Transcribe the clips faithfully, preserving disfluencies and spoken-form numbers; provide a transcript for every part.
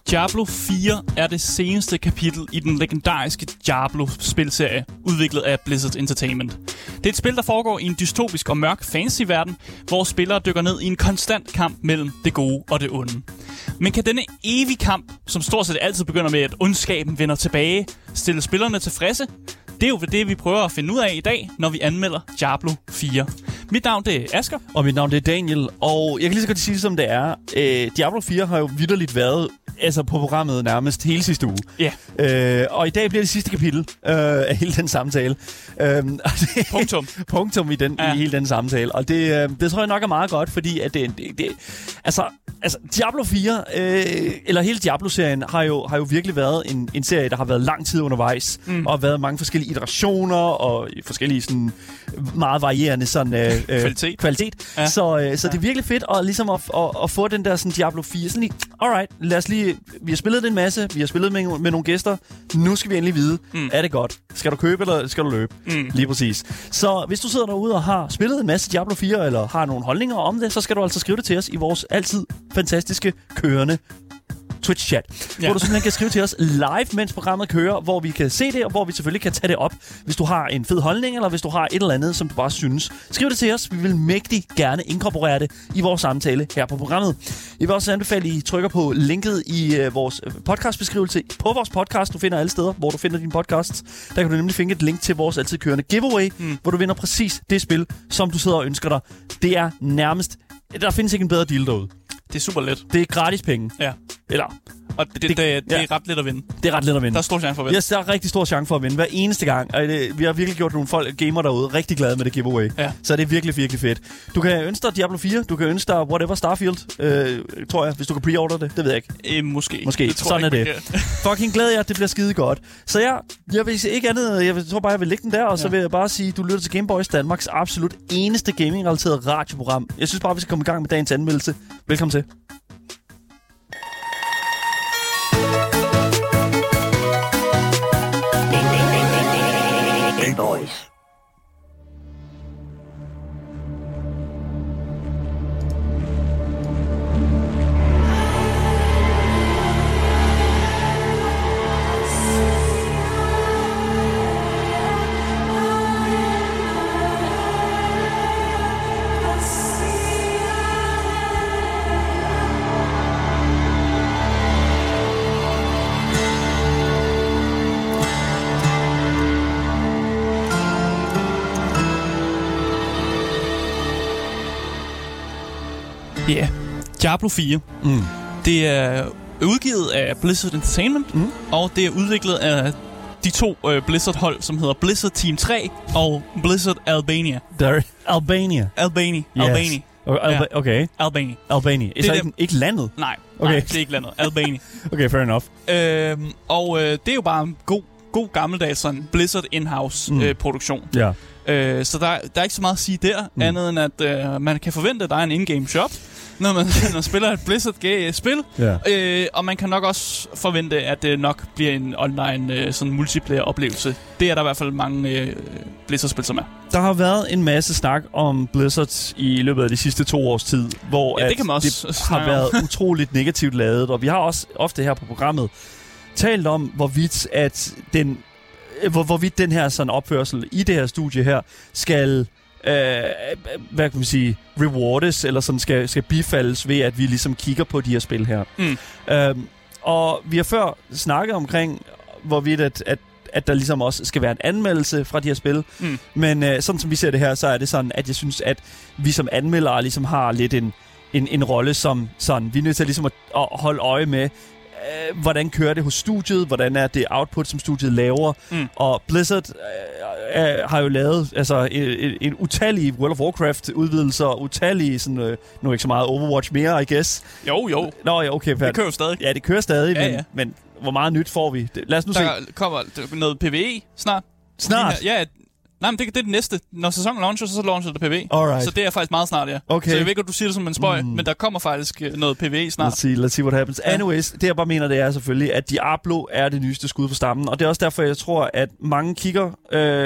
Diablo fire er det seneste kapitel i den legendariske Diablo-spilserie, udviklet af Blizzard Entertainment. Det er et spil, der foregår i en dystopisk og mørk fantasy-verden, hvor spillere dykker ned i en konstant kamp mellem det gode og det onde. Men kan denne evige kamp, som stort set altid begynder med, at ondskaben vender tilbage, stille spillerne tilfredse? Det er jo det, vi prøver at finde ud af i dag, når vi anmelder Diablo fire. Mit navn det er Asger. Og mit navn det er Daniel. Og jeg kan lige så godt sige, som det er. Øh, Diablo fire har jo vitterligt været altså på programmet nærmest hele sidste uge. Ja. Yeah. Øh, og i dag bliver det sidste kapitel øh, af hele den samtale. Øh, det, punktum. punktum i, den, ja. i hele den samtale. Og det, øh, det tror jeg nok er meget godt, fordi at det, det, det altså, altså Diablo fire, øh, eller hele Diablo-serien, har jo, har jo virkelig været en, en serie, der har været lang tid undervejs. Mm. Og været mange forskellige iterationer og forskellige sådan meget varierende sådan, øh, kvalitet. kvalitet. Ja. Så, øh, så ja. Det er virkelig fedt at, ligesom at, at, at få den der sådan Diablo fire. Sådan lige, alright, lad os lige, vi har spillet det en masse, vi har spillet med, med nogle gæster. Nu skal vi endelig vide, mm. er det godt? Skal du købe, eller skal du løbe? Mm. Lige præcis. Så hvis du sidder derude og har spillet en masse Diablo fire, eller har nogle holdninger om det, så skal du altså skrive det til os i vores altid fantastiske kørende Twitch-chat, ja. Hvor du simpelthen kan skrive til os live, mens programmet kører, hvor vi kan se det, og hvor vi selvfølgelig kan tage det op, hvis du har en fed holdning, eller hvis du har et eller andet, som du bare synes. Skriv det til os. Vi vil mægtig gerne inkorporere det i vores samtale her på programmet. Jeg vil også anbefale, at I trykker på linket i uh, vores podcastbeskrivelse på vores podcast. Du finder alle steder, hvor du finder dine podcasts. Der kan du nemlig finde et link til vores altid kørende giveaway, mm. hvor du vinder præcis det spil, som du sidder og ønsker dig. Det er nærmest... Der findes ikke en bedre deal derude. Det er super let. Det er gratis penge. Ja. Eller... Og det, det, det, det ja. er ret let at vinde. Det er ret let at vinde. Der er stor chance for at vinde. Ja, der er rigtig stor chance for at vinde hver eneste gang. Og det, vi har virkelig gjort nogle folk, gamer derude, rigtig glade med det giveaway. Ja. Så det er virkelig, virkelig fedt. Du kan ønske dig Diablo fire. Du kan ønske dig whatever Starfield, øh, tror jeg, hvis du kan pre-order det. Det ved jeg ikke. Øh, måske. Måske. Det Sådan er det. Fucking glad jeg, det bliver skide godt. Så ja, jeg vil ikke andet. Jeg tror bare, jeg vil lægge den der, og ja. Så vil jeg bare sige, du lytter til Gameboys, Danmarks absolut eneste gaming-relateret radioprogram. Jeg synes bare, vi skal komme i gang med dagens anmeldelse. Velkommen til. Boys. Ja, yeah. Diablo fire. Mm. Det er udgivet af Blizzard Entertainment, mm. og det er udviklet af de to uh, Blizzard-hold, som hedder Blizzard Team tre og Blizzard Albania. Der Albania? Albania. Yes. Albania. Alba- okay. Albania. Albania. Det er ikke, ikke landet? Nej, okay. nej, det er ikke landet. Albania. Okay, fair enough. Øhm, og øh, det er jo bare en god, god gammeldags sådan Blizzard in-house mm. øh, produktion. Ja. Øh, så der, der er ikke så meget at sige der, mm. andet end at øh, man kan forvente, at der er en in-game shop, når man, når man spiller et Blizzard-spil. Yeah. Øh, og man kan nok også forvente, at det nok bliver en online øh, sådan multiplayer-oplevelse. Det er der i hvert fald mange øh, Blizzard-spil, som er. Der har været en masse snak om Blizzard i løbet af de sidste to års tid, hvor ja, det, at kan man også det har været utroligt negativt ladet. Og vi har også ofte her på programmet talt om, hvorvidt at den... Hvor, hvorvidt den her sådan opførsel i det her studie her skal, øh, hvad kan man sige, rewardes, eller sådan skal, skal bifaldes ved, at vi ligesom kigger på de her spil her. Mm. Øhm, og vi har før snakket omkring, hvorvidt at, at, at der ligesom også skal være en anmeldelse fra de her spil. Mm. Men øh, sådan som vi ser det her, så er det sådan, at jeg synes, at vi som anmeldere ligesom har lidt en, en, en rolle som sådan, vi er nødt til ligesom at, at holde øje med, hvordan kører det hos studiet, hvordan er det output, som studiet laver. Mm. Og Blizzard øh, øh, har jo lavet altså, en, en utallige World of Warcraft-udvidelser, utallige, sådan, øh, nu ikke så meget Overwatch mere, I guess. Jo, jo. Nå, ja, okay. Det kører stadig. Ja, det kører stadig, ja, men, ja. men hvor meget nyt får vi? Lad os nu Der se. kommer noget PvE snart. Snart? Ja, nej, men det, det er det næste. Når sæsonen launcher, så launcher det PvE. Alright. Så det er faktisk meget snart, ja. Okay. Så jeg ved ikke, at du siger det som en spøj, mm. men der kommer faktisk noget PvE snart. Let's see, let's see what happens. Ja. Anyways, det jeg bare mener, det er selvfølgelig, at Diablo er det nyeste skud på stammen. Og det er også derfor, jeg tror, at mange kigger øh,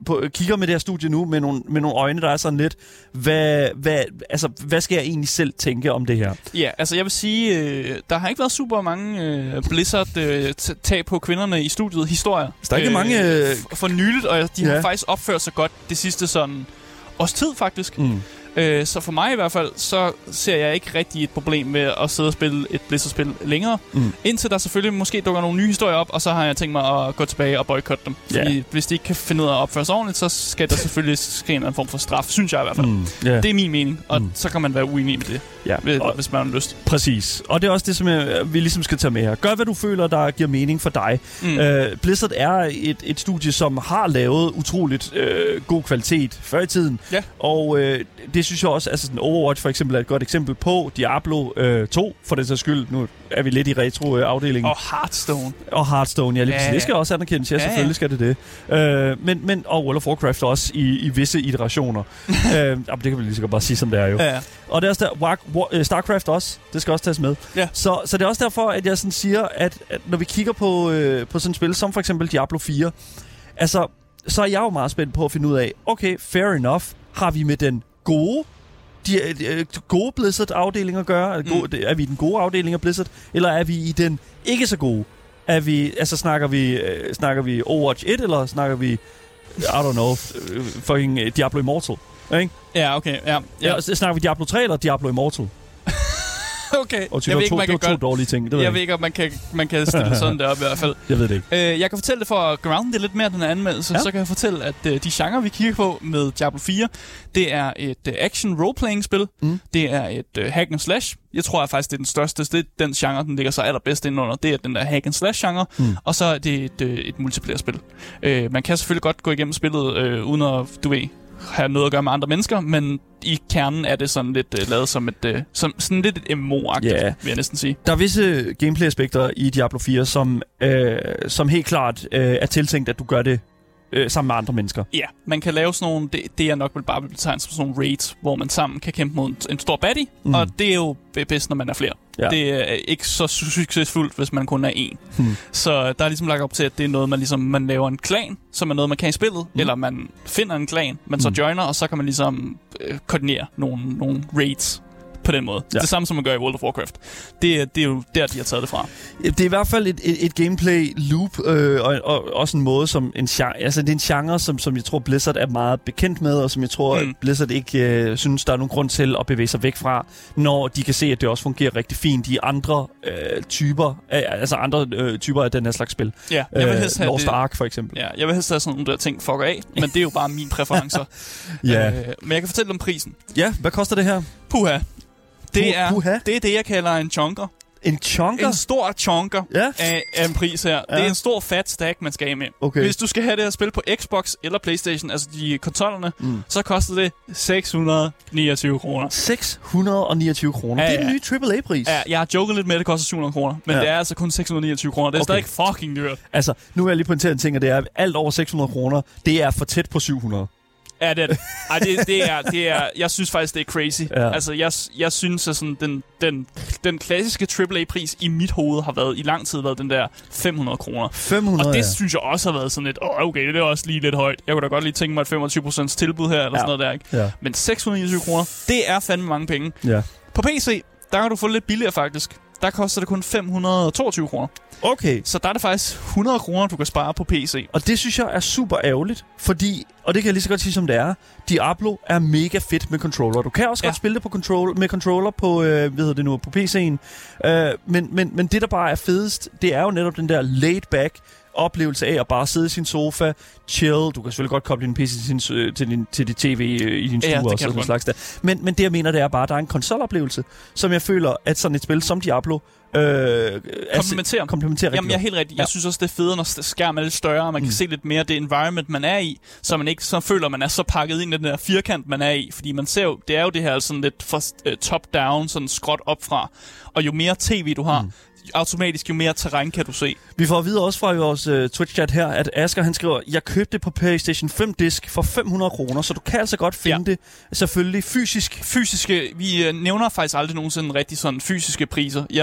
på, kigger med det her studie nu med nogle, med nogle øjne, der er sådan lidt, hvad, hvad, altså, hvad skal jeg egentlig selv tænke om det her? Ja, altså jeg vil sige, øh, der har ikke været super mange øh, Blizzard-tag øh, på kvinderne i studiet historier. Der er ikke øh, mange... Øh, for, for nyligt, og de ja. har faktisk opført sig godt det sidste sådan års tid faktisk. Mm. Øh, så for mig i hvert fald, så ser jeg ikke rigtig et problem med at sidde og spille et Blizzard-spil længere. Mm. Indtil der selvfølgelig måske dukker nogle nye historier op, og så har jeg tænkt mig at gå tilbage og boykotte dem. Fordi yeah. hvis de ikke kan finde ud af at opføre sig ordentligt, så skal der selvfølgelig ske en form for straf, synes jeg i hvert fald. Mm. Yeah. Det er min mening, og mm. så kan man være uenig med det, yeah. hvis, hvis man har lyst. Præcis. Og det er også det, som jeg, vi ligesom skal tage med her. Gør, hvad du føler, der giver mening for dig. Mm. Uh, Blizzard er et, et studie, som har lavet utroligt uh, god kvalitet før i tiden. Yeah. Og uh, det synes jeg også, altså sådan Overwatch for eksempel er et godt eksempel på. Diablo øh, to, for den sags skyld. Nu er vi lidt i retro-afdelingen. Og Hearthstone. Og Hearthstone, ja. Lige ja, ja. Det skal også anerkendes. Ja, ja, selvfølgelig skal det det. Øh, men, men, og World of Warcraft også i, i visse iterationer. øh, det kan vi lige så bare sige, som det er jo. Ja, ja. Og det er også der, War, War, Starcraft også. Det skal også tages med. Ja. Så, så det er også derfor, at jeg sådan siger, at, at når vi kigger på, øh, på sådan et spil, som for eksempel Diablo fire, altså, så er jeg jo meget spændt på at finde ud af, okay, fair enough, har vi med den gode de, de, de gode Blizzard-afdelinger gøre? Mm. Gode, er vi i den gode afdeling af Blizzard? Eller er vi i den ikke så gode? Er vi, altså snakker vi, øh, snakker vi Overwatch et, eller snakker vi, I don't know, fucking Diablo Immortal? Ikke? Ja, okay. Ja, ja. Ja, snakker vi Diablo tre eller Diablo Immortal? Okay. Og jeg ved ikke, man kan gøre to dårlige ting. Det jeg ved ikke, om man kan, man kan stille sådan der op i hvert fald. Jeg ved det ikke. Øh, jeg kan fortælle det for at ground det lidt mere, den her anmeldelse. Ja. Så kan jeg fortælle, at øh, de genrer, vi kigger på med Diablo fire, det er et øh, action role-playing-spil. Mm. Det er et øh, hack and slash. Jeg tror at faktisk, det er den største. Det er den genre, den ligger så allerbedst indenunder. Det er den der hack and slash-genre. Mm. Og så er det et, øh, et multiplayer-spil. Øh, man kan selvfølgelig godt gå igennem spillet, øh, uden at, du ved, have noget at gøre med andre mennesker, men i kernen er det sådan lidt uh, lavet som et uh, som sådan lidt et M M O-agtigt, yeah. vil jeg næsten sige. Der er visse gameplay-aspekter i Diablo fire, som, øh, som helt klart øh, er tiltænkt, at du gør det øh, sammen med andre mennesker. Ja, man kan lave sådan nogle, det, det er nok vel bare betegnet som sådan nogle raids, hvor man sammen kan kæmpe mod en, en stor baddie, mm. og det er jo bedst, når man er flere. Ja. Det er ikke så succesfuldt, hvis man kun er én. Hmm. Så der er ligesom lagt op til, at det er noget, man ligesom man laver en klan, som er noget, man kan i spillet, hmm. eller man finder en klan, man så hmm. joiner, og så kan man ligesom øh, koordinere nogle, nogle raids på den måde. Ja. Det samme, som man gør i World of Warcraft. Det, det er jo der, de har taget det fra. Det er i hvert fald et, et, et gameplay loop, øh, og, og også en måde, som en genre, altså det er en genre, som, som jeg tror, Blizzard er meget bekendt med, og som jeg tror, mm. Blizzard ikke øh, synes, der er nogen grund til at bevæge sig væk fra, når de kan se, at det også fungerer rigtig fint i andre øh, typer, øh, altså andre øh, typer af den her slags spil. Ja, jeg vil helst have Lost Ark for eksempel. Ja, jeg vil helst have sådan nogle der ting fucker af, men det er jo bare mine præferencer. Ja. øh, men jeg kan fortælle om prisen. Ja, hvad koster det her? Puha. Det er, det er det, jeg kalder en chunker. En chunker? En stor chunker ja. af, af en pris her. Ja. Det er en stor fat stack, man skal have med. Okay. Hvis du skal have det her spil på Xbox eller PlayStation, altså de konsollerne, mm. så koster det seks hundrede og niogtyve kroner. seks hundrede og niogtyve kroner? Ja, det er ja. Den nye triple A-pris. Ja, jeg har joket lidt med, at det koster syv hundrede kroner. Men ja. det er altså kun seks hundrede og niogtyve kroner. Det er okay. Stadig fucking dyrt. Altså, nu vil jeg lige pointere en ting, og det er, at alt over seks hundrede kroner, det er for tæt på syv hundrede. Ja, det er det. Ej, det, det, er, det er... Jeg synes faktisk, det er crazy. Ja. Altså, jeg, jeg synes, at sådan, den, den, den klassiske triple A-pris i mit hoved har været i lang tid været den der fem hundrede kroner. fem hundrede, Og det ja. synes jeg også har været sådan lidt... Åh, oh, okay, det er også lige lidt højt. Jeg kunne da godt lige tænke mig et femogtyve procent tilbud her, eller ja. Sådan noget der, ikke? Ja. Men seks hundrede og niogtyve kroner, det er fandme mange penge. Ja. På P C, der kan du få lidt billigere, faktisk. Der koster det kun fem hundrede og toogtyve kroner. Okay. Så der er det faktisk hundrede kroner, du kan spare på P C. Og det synes jeg er super ærgerligt, fordi, og det kan jeg lige så godt sige, som det er, Diablo er mega fedt med controller. Du kan også ja. Godt spille det på control, med controller på, øh, hvad hedder det nu, på P C'en. Øh, men, men, men det, der bare er fedest, det er jo netop den der laid back oplevelse af at bare sidde i sin sofa, chill. Du kan selvfølgelig godt koble din P C til din, til din, til din T V i din stue ja, og sådan slags der. Men, men det, jeg mener, det er bare, at der er en konsoloplevelse, som jeg føler, at sådan et spil som Diablo Øh, komplementerer. komplementerer Jamen, jeg er helt rigtig. Jeg ja. synes også, det er federe, når skærmen er lidt større, og man kan mm. se lidt mere det environment, man er i, så man ikke så føler, man er så pakket ind i den der firkant, man er i. Fordi man ser jo, det er jo det her sådan lidt for, uh, top-down, sådan skråt op fra. Og jo mere tv du har, mm. automatisk jo mere terræn kan du se. Vi får at vide også fra vores uh, Twitch-chat her, at Asger han skriver, jeg købte det på PlayStation fem-disk for fem hundrede kroner, så du kan altså godt finde ja. Det selvfølgelig fysisk. Fysiske, vi uh, nævner faktisk aldrig nogensinde rigtig sådan fysiske priser. Jeg, mm.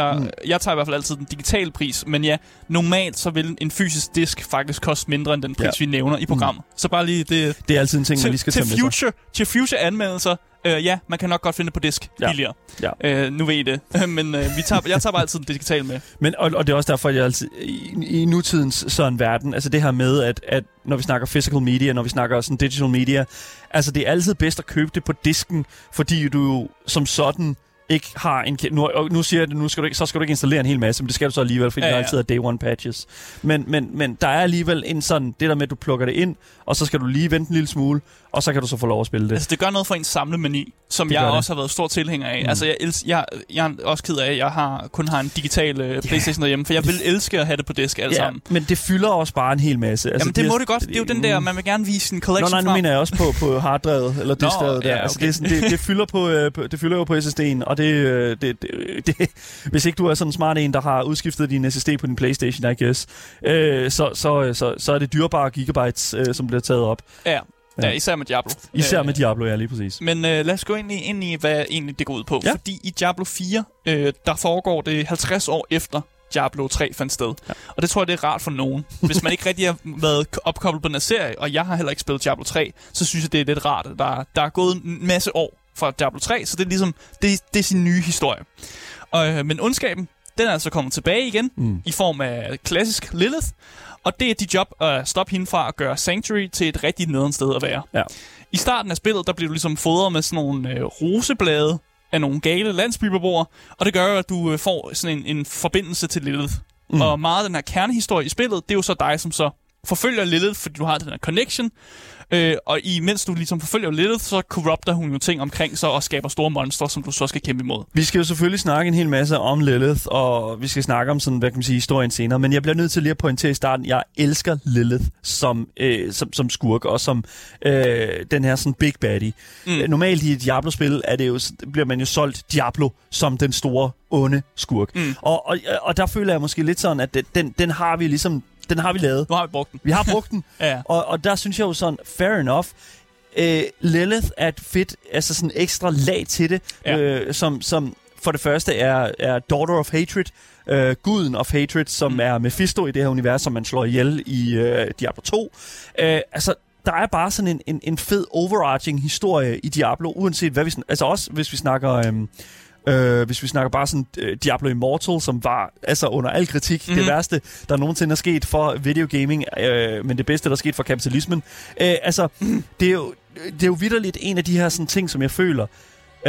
jeg tager i hvert fald altid den digitale pris, men ja, normalt så vil en fysisk disk faktisk koste mindre end den pris, ja. vi nævner i programmet. Mm. Så bare lige det... Det er altid en ting, til, man lige skal til tage med future, Til future anmeldelser, øh, ja, man kan nok godt finde det på disk ja. billigere. Ja. Øh, nu ved I det. men øh, vi tager, jeg tager bare altid den digitale med. Men, og, og det er også derfor, at jeg altid, i, i nutidens sådan verden, altså det her med, at, at når vi snakker physical media, når vi snakker sådan digital media, altså det er altid bedst at købe det på disken, fordi du som sådan ikke har en... Nu, nu siger jeg det, nu skal du ikke, så skal du ikke installere en hel masse, men det skal du så alligevel, fordi ja, ja. der altid er day one patches. Men, men, men der er alligevel en sådan, det der med, at du plukker det ind, og så skal du lige vente en lille smule, og så kan du så få lov at spille det. Altså, det gør noget for en samlemeny, som det jeg også det. har været stor tilhænger af. Mm. Altså, jeg, els- jeg, jeg er også ked af, at jeg har, kun har en digital uh, PlayStation yeah. derhjemme, for jeg vil elske at have det på disk alle ja, sammen. Men det fylder også bare en hel masse. Altså, Jamen, det, det må er, det godt. Det er jo den der, man vil gerne vise sin collection Nå, nej, nu frem. mener jeg også på, på harddrevet, eller diskdrevet der. Ja, okay. Altså, det, er sådan, det, det, fylder på, øh, det fylder jo på S S D'en, og det, det, det, det, hvis ikke du er sådan en smart en, der har udskiftet din S S D på din PlayStation, I guess, øh, så, så, så, så er det dyrebare gigabytes, øh, som bliver taget op. Ja. Ja, især med Diablo. Især med Diablo, ja, lige præcis. Men øh, lad os gå ind i, ind i, hvad egentlig det går ud på. Ja. Fordi i Diablo fire, øh, der foregår det halvtreds år efter Diablo tre fandt sted. Ja. Og det tror jeg, det er rart for nogen. Hvis man ikke rigtig har været opkoblet på den her serie, og jeg har heller ikke spillet Diablo tre, så synes jeg, det er lidt rart. Der, der er gået en masse år fra Diablo tre, så det er ligesom, det, det er sin nye historie. Og, øh, men ondskaben, den er altså kommet tilbage igen, mm. i form af klassisk Lilith. Og det er dit job at stoppe hende fra at gøre Sanctuary til et rigtig nederen sted at være. Ja. I starten af spillet, der bliver du ligesom fodret med sådan nogle øh, roseblade af nogle gale landsbybeboere, og det gør jo, at du øh, får sådan en, en forbindelse til Lilith. Mm. Og meget af den her kernehistorie i spillet, det er jo så dig, som så forfølger Lilith, fordi du har den her connection. Øh, og imens du ligesom forfølger Lilith, så corrupter hun jo ting omkring sig og skaber store monstre, som du så skal kæmpe imod. Vi skal jo selvfølgelig snakke en hel masse om Lilith, og vi skal snakke om sådan, hvad kan man sige, historien senere. Men jeg bliver nødt til lige at pointere i starten, jeg elsker Lilith som, øh, som, som skurk, og som øh, den her sådan big baddie. Mm. Normalt i et Diablo-spil er det jo, bliver man jo solgt Diablo som den store, onde skurk. Mm. Og, og, og der føler jeg måske lidt sådan, at den, den har vi ligesom... Den har vi lavet. Nu har vi brugt den. Vi har brugt den. ja. og, og der synes jeg jo sådan, fair enough. Øh, Lilith er et fedt, altså sådan ekstra lag til det, ja. øh, som, som for det første er, er Daughter of Hatred, øh, guden of Hatred, som mm. er Mephisto i det her univers, som man slår ihjel i øh, Diablo to. Øh, altså, der er bare sådan en, en, en fed overarching historie i Diablo, uanset hvad vi... Altså også, hvis vi snakker... Øh, Uh, hvis vi snakker bare sådan uh, Diablo Immortal, som var altså under al kritik mm. det værste, der nogensinde er sket for videogaming, uh, men det bedste, der er sket for kapitalismen. Uh, altså, mm. det er jo, det er jo vitterligt en af de her sådan, ting, som jeg føler uh,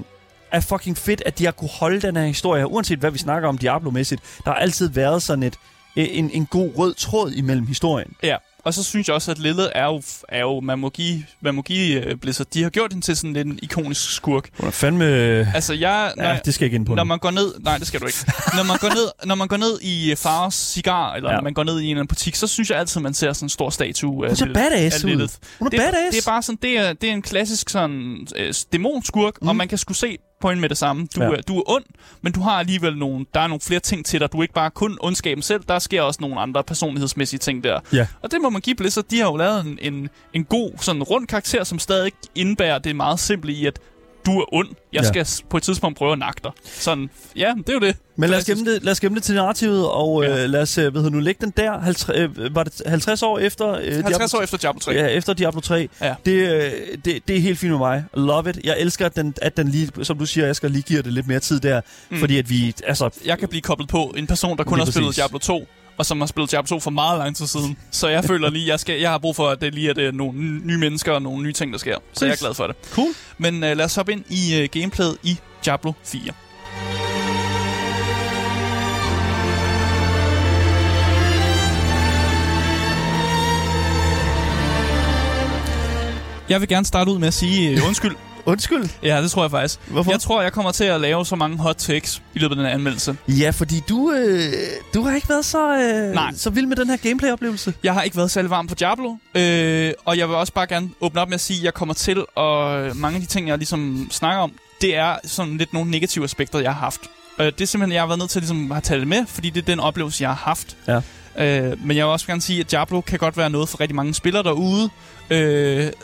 er fucking fedt, at de har kunne holde den her historie, uanset hvad vi snakker om Diablo-mæssigt. Der har altid været sådan et, en, en god rød tråd imellem historien. Ja. Og så synes jeg også, at Lilith er jo, er jo man må give, man må give uh, Blizzard, de har gjort hende til sådan lidt en ikonisk skurk. Hun er fandme... Altså, jeg... Når, ja, det skal jeg ikke ind på. Når man går ned... Nej, det skal du ikke. når, man går ned, når man går ned i Fares Cigar, eller ja. når man går ned i en eller anden butik, så synes jeg altid, man ser sådan en stor statue af, Hun er badass af Lilith. Hun er det, badass. Det er bare sådan, det er, det er en klassisk sådan øh, dæmonskurk, mm. og man kan sgu se på hende med det samme. Du, ja. er, du er ond, men du har alligevel nogle, der er nogle flere ting til dig. Du er ikke bare kun ondskaben selv, der sker også nogle andre personlighedsmæssige ting der. Ja. Og det må man give Blizzard. De har jo lavet en, en, en god sådan rund karakter, som stadig indebærer det meget simple i, at du er ond. Jeg ja. skal på et tidspunkt prøve at nakke dig. Sådan, ja, det er jo det. Men lad os gemme det, lad os gemme det til narrativet, og ja. øh, lad os, hvad hedder nu, lægge den der, halvtreds, øh, var det halvtreds år efter? Øh, halvtreds Diablo, år efter Diablo tre. Ja, efter Diablo tre. Ja. Det, øh, det, det er helt fint med mig. Love it. Jeg elsker, at den, at den lige, som du siger, Asger, lige giver det lidt mere tid der, mm. fordi at vi, altså... Jeg kan blive koblet på en person, der kun har spillet Diablo to, og som har spillet Diablo to for meget lang tid siden. Så jeg føler lige, jeg skal, jeg har brug for, at det lige er det nogle nye mennesker og nogle nye ting, der sker. Så jeg er glad for det. Cool. Men uh, lad os hoppe ind i uh, gameplayet i Diablo fire. Jeg vil gerne starte ud med at sige uh, undskyld. Undskyld? Ja, det tror jeg faktisk. Hvorfor? Jeg tror, jeg kommer til at lave så mange hot takes i løbet af den her anmeldelse. Ja, fordi du, øh, du har ikke været så, øh, Nej. så vild med den her gameplay-oplevelse. Jeg har ikke været særlig varm på Diablo, øh, og jeg vil også bare gerne åbne op med at sige, at jeg kommer til, og mange af de ting, jeg ligesom snakker om, det er sådan lidt nogle negative aspekter, jeg har haft. Øh, det er simpelthen, jeg har været nødt til ligesom, at tage det med, fordi det er den oplevelse, jeg har haft. Ja. Øh, men jeg vil også gerne sige, at Diablo kan godt være noget for rigtig mange spillere derude, øh,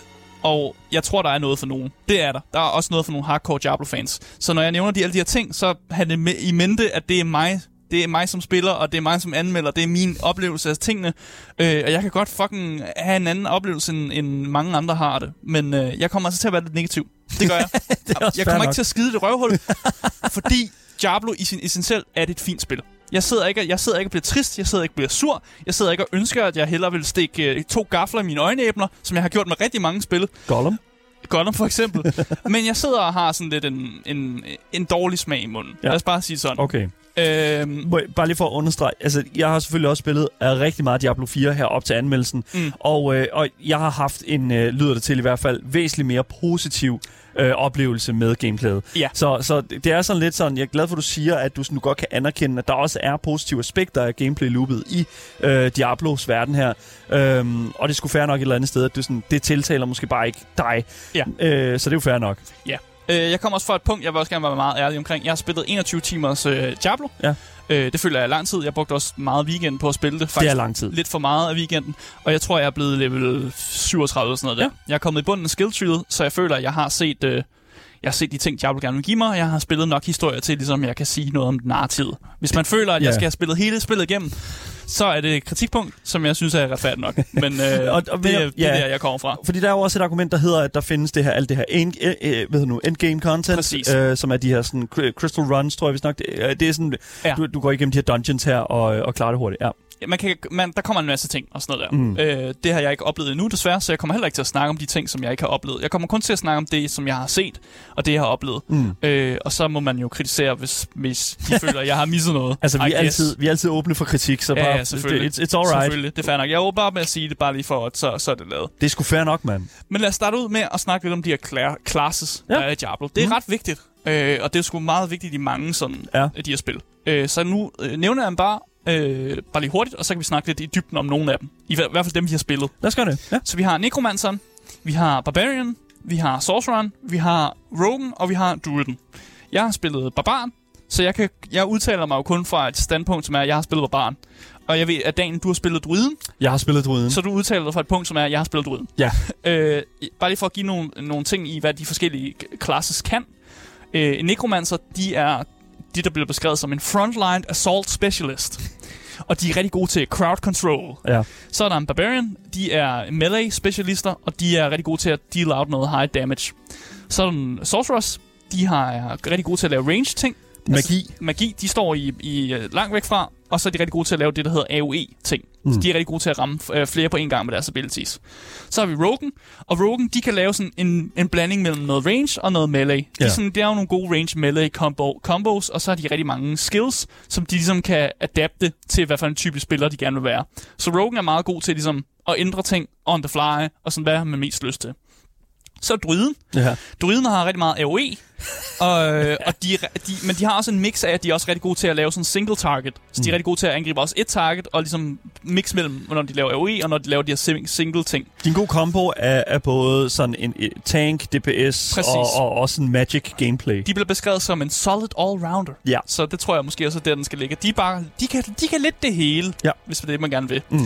Og jeg tror, der er noget for nogen. Det er der. Der er også noget for nogle hardcore Diablo-fans. Så når jeg nævner de, alle de her ting, så har det med, i mente, at det er mig, det er mig som spiller, og det er mig som anmelder. Det er min oplevelse af tingene. Øh, og jeg kan godt fucking have en anden oplevelse, end, end mange andre har det. Men øh, jeg kommer altså til at være lidt negativ. Det gør jeg. det jeg kommer ikke til at skide det røvhul, fordi Diablo i sin essentiel er det et fint spil. Jeg sidder ikke, jeg sidder ikke og bliver trist, jeg sidder ikke og bliver sur, jeg sidder ikke og ønsker, at jeg hellere vil stikke øh, to gafler i mine øjenæbler, som jeg har gjort med rigtig mange spil. Gollum. Gollum for eksempel. Men jeg sidder og har sådan lidt en, en, en dårlig smag i munden. Ja. Lad os bare sige sådan. Okay. Øhm, bare lige for at understrege, altså jeg har selvfølgelig også spillet uh, rigtig meget Diablo fire her op til anmeldelsen, mm. og, uh, og jeg har haft en, uh, lyder det til i hvert fald, væsentligt mere positiv uh, oplevelse med gameplayet. Ja. Så, så det er sådan lidt sådan, jeg er glad for, at du siger, at du sådan, du godt kan anerkende, at der også er positive aspekter af gameplay-loopet i uh, Diablos verden her. Um, og det skulle fair nok et eller andet sted, at det, sådan, det tiltaler måske bare ikke dig. Ja. Uh, så det er jo fair nok. Ja. Jeg kommer også fra et punkt, jeg vil også gerne være meget ærlig omkring. Jeg har spillet enogtyve timers øh, Diablo. Ja. Øh, det føler jeg er lang tid. Jeg brugte også meget weekend på at spille det. Faktisk det er lang tid. Lidt for meget af weekenden. Og jeg tror, jeg er blevet level syvogtredive eller sådan noget der. Ja. Jeg er kommet i bunden af skilltreet, så jeg føler, at jeg har set... Øh, Jeg har set de ting, Diablo gerne vil give mig, og jeg har spillet nok historier til, ligesom jeg kan sige noget om narrativet. Hvis man føler, at jeg yeah. skal have spillet hele spillet igennem, så er det et kritikpunkt, som jeg synes er retfærdigt nok. Men øh, og, og, det, er, ja, det er der, jeg kommer fra. Fordi der er jo også et argument, der hedder, at der findes det her, alt det her end, øh, øh, hvad nu, endgame content, øh, som er de her sådan, crystal runs, tror jeg vist nok. Det, det er sådan, ja. du, du går igennem de her dungeons her og, og klarer det hurtigt. Ja. Man kan, man, der kommer en masse ting og sådan noget der. Mm. Øh, det har jeg ikke oplevet endnu, desværre, så jeg kommer heller ikke til at snakke om de ting, som jeg ikke har oplevet. Jeg kommer kun til at snakke om det, som jeg har set, og det, jeg har oplevet. Mm. Øh, og så må man jo kritisere, hvis, hvis de føler, at jeg har misset noget. Altså, vi er, altid, vi er altid åbne for kritik, så bare... Ja, ja selvfølgelig. It's, it's all right. Selvfølgelig, det er fair nok. Jeg er jo bare med at sige det, bare lige for, at så, så er det lavet. Det er sgu fair nok, mand. Men lad os starte ud med at snakke lidt om de her kla- classes, ja. der er i Diablo. Det er mm. ret vigtigt, øh, og det er sgu meget vigtigt i mange sådan, ja. de her spil. Øh, så nu øh, nævner jeg dem bare, Øh, bare lige hurtigt, og så kan vi snakke lidt i dybden om nogle af dem. I, hver, i hvert fald dem, vi har spillet. Lad os gøre det. Ja. Så vi har Necromanceren, vi har Barbarian, vi har Sorcereren, vi har Rogen, og vi har Druiden. Jeg har spillet Barbaren, så jeg, kan, jeg udtaler mig jo kun fra et standpunkt, som er, at jeg har spillet Barbaren. Og jeg ved, at Dan, du har spillet Druiden. Jeg har spillet Druiden. Så du udtaler dig fra et punkt, som er, at jeg har spillet Druiden. Ja. øh, bare lige for at give nogle, nogle ting i, hvad de forskellige classes kan. Øh, Necromancer, de er... de, der bliver beskrevet som en frontline assault specialist. Og de er rigtig gode til crowd control. Ja. Så er der en Barbarian. De er melee specialister, og de er rigtig gode til at deal out noget high damage. Så er der en Sorcerers. De har, er rigtig gode til at lave range ting. Magi. Altså, magi, de står i, i langt væk fra, og så er de rigtig gode til at lave det, der hedder A O E-ting. Mm. Så de er rigtig gode til at ramme øh, flere på en gang med deres abilities. Så har vi Rogen, og Rogen, de kan lave sådan en, en blanding mellem noget range og noget melee. De ja. sådan, det er jo nogle gode range-melee combo, combos, og så har de rigtig mange skills, som de ligesom kan adapte til, hvad for en type spiller de gerne vil være. Så Rogen er meget god til ligesom at ændre ting on the fly, og sådan, hvad har man mest lyst til. Så Druiden. Ja. Druiden har rigtig meget A O E, og, og de, de, men de har også en mix af, at de er også rigtig gode til at lave sådan en single target. Så de er mm. rigtig gode til at angribe også et target, og ligesom mix mellem, når de laver A O E, og når de laver de her single ting. Det er en god kombo af, af både sådan en tank, D P S og, og også en magic gameplay. De bliver beskrevet som en solid all-rounder. Ja. Så det tror jeg måske også er der, den skal ligge. De, er bare, de, kan, de kan lidt det hele, ja. Hvis det er det, man gerne vil. Mm.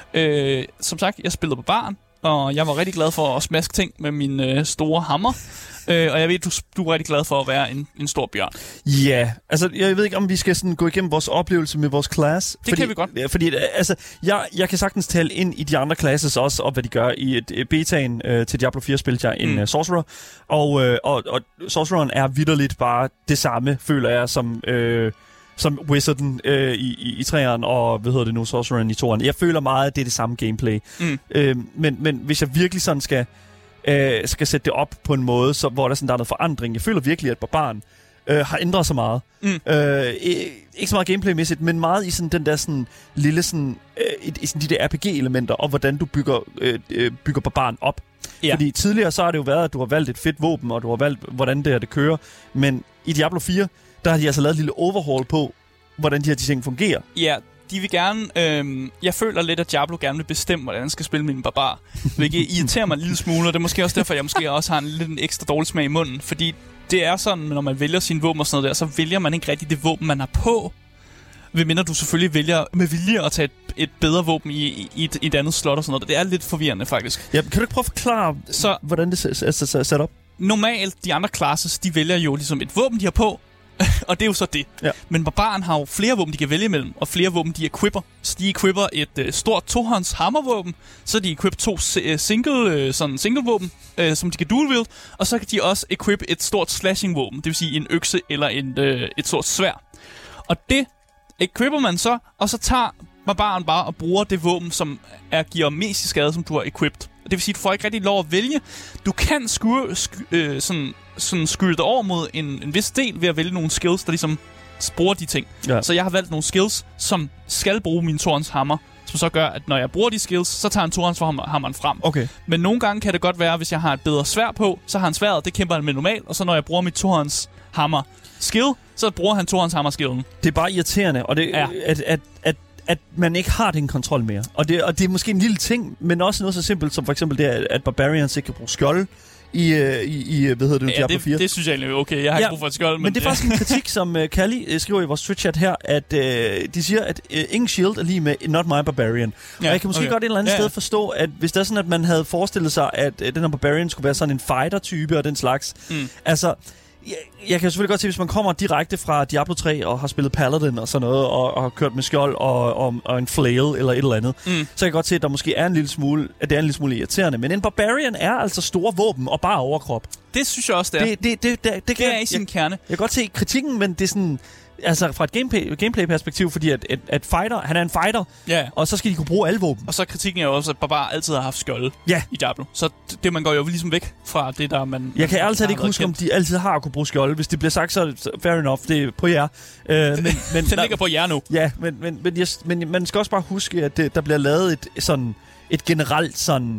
Øh, som sagt, jeg spillede på baren, og jeg var rigtig glad for at smaske ting med min øh, store hammer. øh, og jeg ved, du, du er rigtig glad for at være en, en stor bjørn. Ja, yeah. altså jeg ved ikke, om vi skal sådan gå igennem vores oplevelse med vores class. Det fordi, kan vi godt. Ja, fordi altså, jeg, jeg kan sagtens tale ind i de andre classes også, og hvad de gør i et, et betaen øh, til Diablo fire spil, jeg en mm. uh, Sorcerer. Og, øh, og, og Sorcereren er vitterligt bare det samme, føler jeg, som... Øh, som Wizarden øh, i, i, i træeren, og hvad hedder det nu, Sorcereren i toeren. Jeg føler meget, at det er det samme gameplay. Mm. Øh, men, men hvis jeg virkelig sådan skal, øh, skal sætte det op på en måde, så, hvor der, sådan, der er noget forandring, jeg føler virkelig, at Barbaren øh, har ændret sig meget. Mm. Øh, ikke så meget gameplaymæssigt, men meget i sådan den der sådan, lille sådan, øh, i, i sådan de der R P G-elementer, og hvordan du bygger, øh, bygger Barbaren op. Ja. Fordi tidligere så har det jo været, at du har valgt et fedt våben, og du har valgt, hvordan det her det kører. Men i Diablo fire, der har de altså lavet et lille overhaul på, hvordan de her de ting fungerer. Ja, de vil gerne... Øh, jeg føler lidt, at Diablo gerne vil bestemme, hvordan jeg skal spille min barbar. Hvilket irriterer mig en lille smule, og det er måske også derfor, jeg måske også har en lidt en ekstra dårlig smag i munden. Fordi det er sådan, når man vælger sin våben og sådan noget der, så vælger man ikke rigtig det våben, man har på. Ved mindre du selvfølgelig vælger med vilje at tage et bedre våben i, i, i, et, i et andet slot og sådan noget. Det er lidt forvirrende, faktisk. Ja, kan du ikke prøve at forklare, så, hvordan det er sat op? Normalt, de andre classes, de vælger jo ligesom et våben, de har på, og det er jo så det. Ja. Men barbaren har jo flere våben, de kan vælge imellem, og flere våben, de equipper. Så de equipper et øh, stort tohånds hammervåben, så de equipper to single, øh, sådan single våben, øh, som de kan dual wield, og så kan de også equippe et stort slashing våben, det vil sige en økse eller en, øh, et stort sværd. Og det equipper man så, og så tager barbaren bare og bruger det våben, som er, giver mest i skade, som du har equipped. Det vil sige, at du får ikke rigtig lov at vælge. Du kan skure, sk- øh, sådan, sådan skylde dig over mod en, en vis del ved at vælge nogle skills, der ligesom bruger de ting. Ja. Så jeg har valgt nogle skills, som skal bruge min Thorns hammer, som så gør, at når jeg bruger de skills, så tager en Thorns for hammeren frem. Okay. Men nogle gange kan det godt være, hvis jeg har et bedre sværd på, så har han sværdet, det kæmper han med normalt, og så når jeg bruger mit Thorns hammer skill, så bruger han Thorns hammer skillen. Det er bare irriterende, og det, ja. at, at, at at man ikke har den kontrol mere. Og det, og det er måske en lille ting, men også noget så simpelt som for eksempel det, at Barbarians ikke kan bruge skjold i, i, i hvad hedder det, ja, Diablo fire. Det, det synes jeg egentlig er okay. Jeg har ja, ikke brug for et skjold. Men, men det er faktisk en kritik, som uh, Callie uh, skriver i vores Twitch-chat her, at uh, de siger, at uh, ingen shield er lige med not my Barbarian. Ja, og jeg kan måske okay. godt et eller andet ja, ja. sted forstå, at hvis det er sådan, at man havde forestillet sig, at uh, den her Barbarian skulle være sådan en fighter-type og den slags. Mm. Altså, Jeg, jeg kan selvfølgelig godt se, hvis man kommer direkte fra Diablo tre og har spillet Paladin og sådan noget, og, og har kørt med skjold og, og, og en flail eller et eller andet, mm. så kan jeg godt se, at der måske er en lille smule, at det er en lille smule irriterende. Men en Barbarian er altså store våben og bare overkrop. Det synes jeg også, det er. Det, det, det, det, det, det, det er i sin jeg, kerne. Jeg kan godt se kritikken, men det er sådan... Altså fra et gameplay, gameplay-perspektiv, fordi at, at, at fighter, han er en fighter, ja. Og så skal de kunne bruge alle våben. Og så kritikken er jo også, at Barbar altid har haft skjolde ja. i Diablo. Så det, man går jo ligesom væk fra det, der man... Jeg kan altid ikke huske, kendt. om de altid har kunne bruge skjolde. Hvis det bliver sagt, så er det fair enough, det er på jer. Uh, men, men, Den ligger på jer nu. Ja, men, men, men, yes, men man skal også bare huske, at det, der bliver lavet et, sådan, et generelt sådan...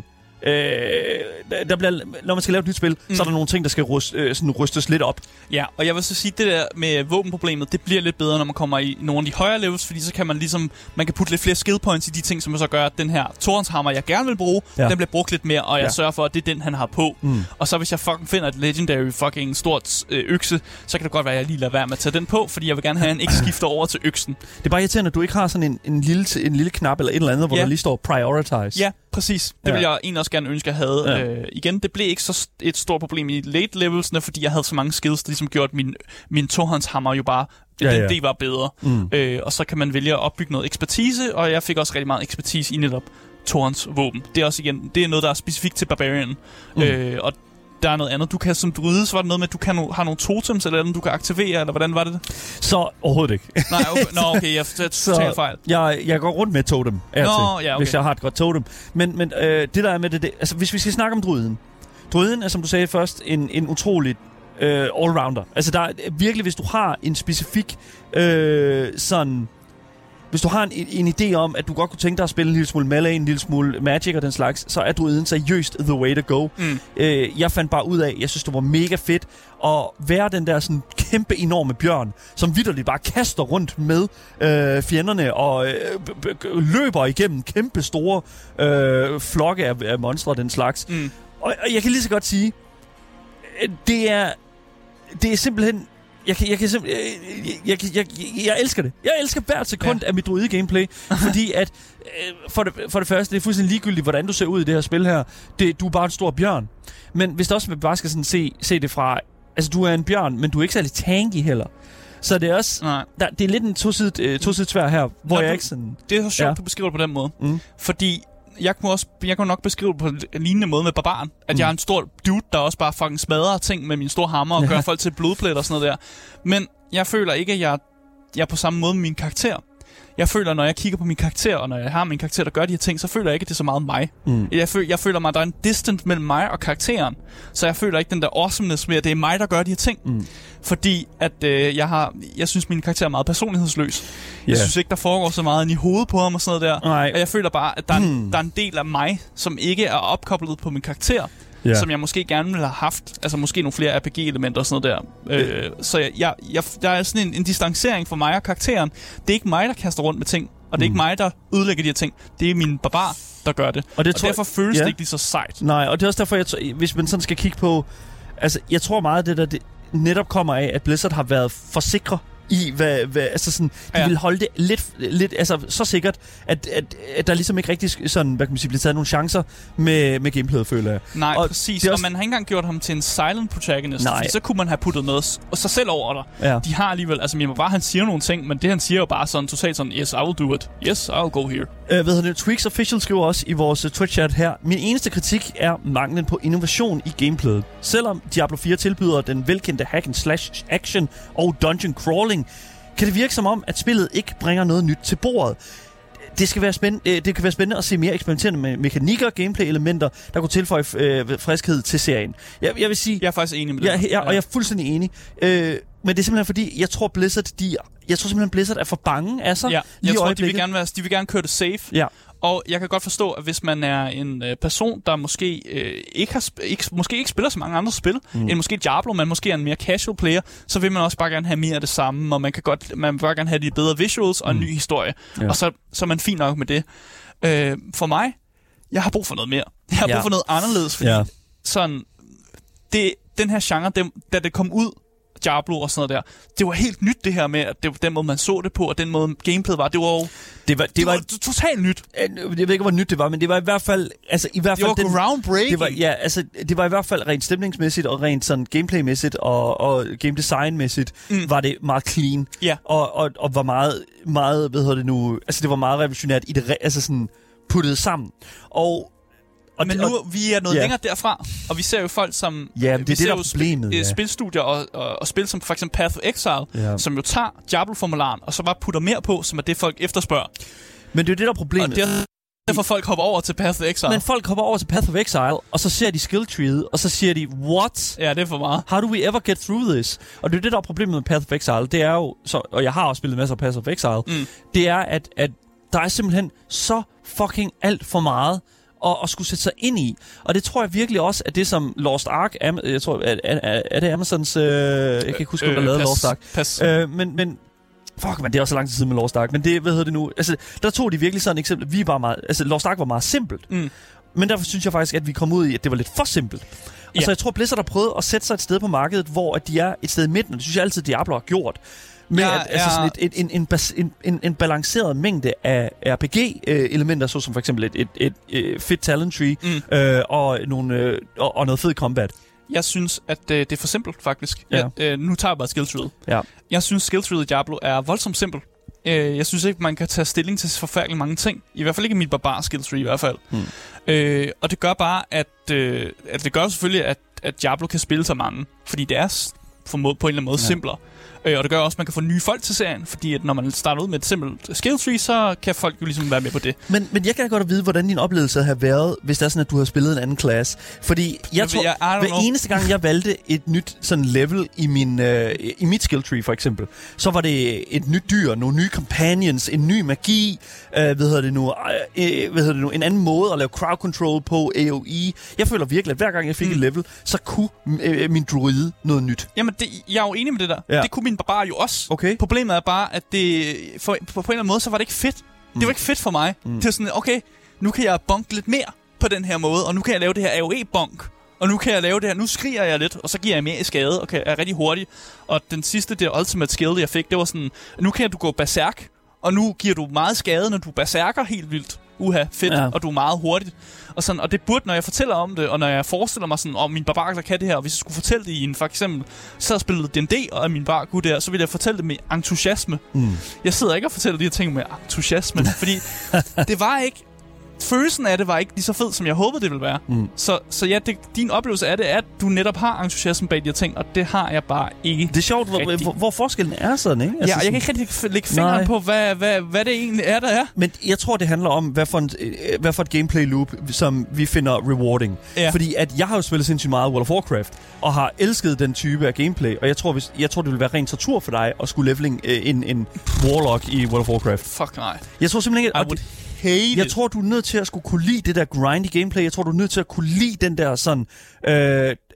Øh, der bliver, når man skal lave et nyt spil, mm. så er der nogle ting, der skal ryst, øh, sådan rystes lidt op. Ja, og jeg vil så sige, det der med våbenproblemet, det bliver lidt bedre, når man kommer i nogle af de højere levels, fordi så kan man ligesom, man kan putte lidt flere skill points i de ting, som så gør, at den her Thorns hammer, jeg gerne vil bruge, ja. den bliver brugt lidt mere, og jeg ja. sørger for, at det er den, han har på. Mm. Og så hvis jeg fucking finder et legendary fucking stort øh, økse, så kan det godt være, at jeg lige lader være med at tage den på, fordi jeg vil gerne have en ikke skifter over til øksen. Det er bare irriterende, at du ikke har sådan en, en, lille, en lille knap eller et eller andet, hvor ja. der lige står prioritize. Ja, præcis. Det ja. vil jeg egentlig også gerne ønske, at jeg havde. Ja. Øh, igen, det blev ikke så et stort problem i late levelsene, fordi jeg havde så mange skills, der ligesom gjorde, at min, min tohåndshammer jo bare, ja, den ja. del var bedre. Mm. Øh, og så kan man vælge at opbygge noget ekspertise, og jeg fik også rigtig meget ekspertise i netop Thorns våben. Det er også igen, det er noget, der er specifikt til Barbarian. Mm. Øh, og der er noget andet. Du kan som druide, så var det noget med, at du kan no- har nogle totems eller andet, du kan aktivere, eller hvordan var det? Så overhovedet ikke. Nej, okay. Nå, okay, jeg har totalt fejl. Jeg, jeg går rundt med totem, Nå, til, ja, okay. hvis jeg har et godt totem. Men, men øh, det der er med det, det, altså hvis vi skal snakke om druiden. Druiden er, som du sagde først, en, en utrolig øh, allrounder. Altså der er virkelig, hvis du har en specifik øh, sådan... Hvis du har en, en idé om, at du godt kunne tænke dig at spille en lille smule melee, en lille smule magic og den slags, så er druiden seriøst the way to go. Mm. Øh, jeg fandt bare ud af, jeg synes, det var mega fedt at være den der sådan kæmpe enorme bjørn, som vitterligt bare kaster rundt med øh, fjenderne og øh, b- b- løber igennem kæmpe store øh, flokke af, af monstre og den slags. Mm. Og, og jeg kan lige så godt sige, det er, det er simpelthen... Jeg kan, jeg kan simpelthen, jeg, jeg, jeg, jeg elsker det. Jeg elsker hvert sekund ja. af mit druide gameplay, fordi at øh, for, det, for det første, det er fuldstændig ligegyldigt, hvordan du ser ud i det her spil her. Det, du er bare en stor bjørn. Men hvis du også bare skal sådan se, se det fra, altså du er en bjørn, men du er ikke særlig tanky heller. Så det er også, der, det er lidt en tosidet, øh, tosidet tvær her, hvor Nå, jeg du, ikke sådan... Det er så sjovt, ja. du beskriver det på den måde. Mm. Fordi... Jeg kunne, også, jeg kunne nok beskrive det på en lignende måde med barbaren. At mm. jeg er en stor dude, der også bare fucking smadrer ting med min store hammer og ja. gør folk til blodplet og sådan noget der. Men jeg føler ikke, at jeg, jeg er på samme måde med min karakter. Jeg føler, når jeg kigger på min karakter, og når jeg har min karakter, der gør de her ting, så føler jeg ikke, at det er så meget mig. Mm. Jeg, føler, jeg føler mig, at der er en distance mellem mig og karakteren. Så jeg føler ikke den der awesomeness med, at det er mig, der gør de her ting. Mm. Fordi at øh, jeg har, jeg synes, min karakter er meget personlighedsløs. Yeah. Jeg synes ikke, der foregår så meget ind i hovedet på ham og sådan noget der. Nej. Og jeg føler bare, at der er, en, hmm. der er en del af mig, som ikke er opkoblet på min karakter. Yeah. Som jeg måske gerne ville have haft. Altså måske nogle flere R P G-elementer og sådan noget der. Yeah. Øh, så jeg, jeg, jeg, der er sådan en, en distancering for mig og karakteren. Det er ikke mig, der kaster rundt med ting. Og det er mm. ikke mig, der ødelægger de her ting. Det er min barbar, der gør det. Og, det og derfor føles yeah. det ikke lige så sejt. Nej, og det er også derfor, jeg t- hvis man sådan skal kigge på... Altså, jeg tror meget, det der det netop kommer af, at Blizzard har været for sikre i, hvad, hvad, altså sådan, de ja. vil holde det lidt, lidt altså så sikkert, at, at, at der ligesom ikke rigtig sådan, hvad kan man sige, bliver taget nogle chancer med, med gameplayet, føler jeg. Nej, og præcis. også... Og man har ikke engang gjort ham til en silent protagonist, fordi så kunne man have puttet noget og sig selv over dig. Ja. De har alligevel, altså Mima bare, han siger nogle ting, men det han siger jo bare sådan totalt sådan, yes, I will do it. Yes, I'll go here. Uh, hvad hedder det? Tweaks Official skriver også i vores uh, Twitch-chat her, min eneste kritik er manglen på innovation i gameplayet. Selvom Diablo fire tilbyder den velkendte hack and slash action og dungeon crawling, kan det virke som om, at spillet ikke bringer noget nyt til bordet. Det, skal være spændende, det kan være spændende at se mere eksperimenterende med mekanikker og gameplay-elementer, der kunne tilføje øh, friskhed til serien. Jeg, jeg vil sige... Jeg er faktisk enig med det. Jeg, jeg, og ja. jeg er fuldstændig enig. Øh, men det er simpelthen fordi, jeg tror Blizzard, de, jeg tror simpelthen Blizzard er for bange af sig. Ja, jeg tror, de vil, gerne være, de vil gerne køre det safe. Ja. Og jeg kan godt forstå, at hvis man er en øh, person, der måske, øh, ikke har sp- ikke, måske ikke spiller så mange andre spil, mm. end måske Diablo, men måske er en mere casual player, så vil man også bare gerne have mere af det samme, og man kan godt, man vil bare gerne have de bedre visuals og en mm. ny historie. Ja. Og så, så er man fint nok med det. Øh, for mig, jeg har brug for noget mere. Jeg har ja. brug for noget anderledes, fordi ja. sådan, det, den her genre, det, da det kom ud, Diablo og sådan noget der. Det var helt nyt det her med, at det var den måde, man så det på, og den måde, gameplayet var. Det var jo det var, det det var, var totalt nyt. Jeg ved ikke, hvor nyt det var, men det var i hvert fald... Altså, i hvert det fald var den, groundbreaking. Det var, ja, altså, det var i hvert fald rent stemningsmæssigt, og rent sådan gameplaymæssigt, og, og game designmæssigt, mm. var det meget clean. Ja. Og, og, og var meget, meget, hvad hedder det nu... Altså, det var meget revolutionært i det, altså sådan, puttet sammen. Og... Og men det, nu, og, vi er noget ja. længere derfra, og vi ser jo folk som... Ja, det vi er det, der er problemet, sp- ja. spilstudier og, og, og spil som for eksempel Path of Exile, ja. som jo tager Diablo-formularen, og så bare putter mere på, som er det, folk efterspørger. Men det er jo det, der er problemet. Og det er derfor, folk hopper over til Path of Exile. Men folk hopper over til Path of Exile, og så ser de skilltreet, og så siger de, what? Ja, det er for meget. How do we ever get through this? Og det er det, der er problemet med Path of Exile. Det er jo, så, og jeg har også spillet masser af Path of Exile, mm. det er, at, at der er simpelthen så fucking alt for meget og, og skulle sætte sig ind i. Og det tror jeg virkelig også, at det som Lost Ark, Am- jeg tror, er, er, er det Amazons, øh, jeg kan ikke huske, øh, der lavede pas, Lost Ark. Pas. Øh, men, men, fuck man, det er også så lang tid siden med Lost Ark, men det, hvad hedder det nu? Altså, der tog de virkelig sådan et eksempel, vi var meget, altså Lost Ark var meget simpelt, mm. men derfor synes jeg faktisk, at vi kom ud i, at det var lidt for simpelt. Og ja. Så jeg tror, Blizzard har prøvet at sætte sig et sted på markedet, hvor de er et sted i midten, og det synes jeg altid, Diablo har gjort. Med ja, at, altså ja. sådan et, en, en, en, en, en balanceret mængde af R P G-elementer, såsom for eksempel et, et, et, et fedt talent tree, mm. øh, og, nogle, øh, og, og noget fed combat. Jeg synes, at øh, det er for simpelt, faktisk. Ja. Jeg, øh, nu tager jeg bare skilltreet. Ja. Jeg synes, skilltreet i Diablo er voldsomt simpelt. Øh, jeg synes ikke, man kan tage stilling til forfærdeligt mange ting. I hvert fald ikke i mit barbar skilltree, i hvert fald. Mm. Øh, og det gør bare, at, øh, at det gør selvfølgelig, at, at Diablo kan spille så mange. Fordi det er på en, måde, på en eller anden måde ja. simplere. Øh, og det gør også, at man kan få nye folk til serien, fordi at når man starter ud med et simpelt skill tree, så kan folk jo ligesom være med på det. Men, men jeg kan godt vide, hvordan din oplevelse har været, hvis det er sådan, at du har spillet en anden klasse. Fordi jeg, jeg tror, jeg, hver know. eneste gang, jeg valgte et nyt sådan level i, min, øh, i mit skill tree, for eksempel, så var det et nyt dyr, nogle nye companions, en ny magi, øh, hvad hedder det nu, øh, hvad hedder det nu, en anden måde at lave crowd control på, A O E. Jeg føler virkelig, at hver gang jeg fik mm. et level, så kunne øh, min druide noget nyt. Jamen, det, jeg er jo enig med det der. Ja. Det kunne min barbar jo også. Okay. Problemet er bare, at det for, på, på en eller anden måde, så var det ikke fedt. Mm. Det var ikke fedt for mig. Mm. Det var sådan, okay, nu kan jeg bonk lidt mere på den her måde, og nu kan jeg lave det her A O E-bonk. Og nu kan jeg lave det her, nu skriger jeg lidt, og så giver jeg mere i skade, og er rigtig hurtig. Og den sidste, det ultimate skill, jeg fik, det var sådan, nu kan du gå berserk, og nu giver du meget skade, når du berserker helt vildt. Uha, fedt, ja. Og du er meget hurtigt. Og, sådan, og det burde, når jeg fortæller om det, og når jeg forestiller mig sådan, om min barbar, der kan det her, og hvis jeg skulle fortælle det i en, for eksempel, så havde jeg spillet D and D, og min barbar kunne det her, så ville jeg fortælle det med entusiasme. Mm. Jeg sidder ikke og fortæller de her ting med entusiasme, fordi det var ikke, følelsen af det var ikke lige så fed, som jeg håbede, det ville være. Mm. Så, så ja, det, din oplevelse af det er, at du netop har entusiasme bag de her ting, og det har jeg bare ikke. Det er sjovt, hvor, hvor, hvor forskellen er sådan, ikke? Altså, ja, jeg kan ikke rigtig lægge fingeren nej. på, hvad, hvad, hvad det egentlig er, der er. Men jeg tror, det handler om, hvad for, en, hvad for et gameplay loop, som vi finder rewarding. Ja. Fordi at jeg har jo spillet sindssygt meget World of Warcraft, og har elsket den type af gameplay, og jeg tror, hvis, jeg tror det ville være ren tortur for dig at skulle leveling øh, en, en warlock i World of Warcraft. Fuck nej. Jeg tror simpelthen ikke... I would hate jeg it. tror, du er nødt til at skulle kunne lide det der grindy gameplay. Jeg tror, du er nødt til at kunne lide den der sådan... Øh,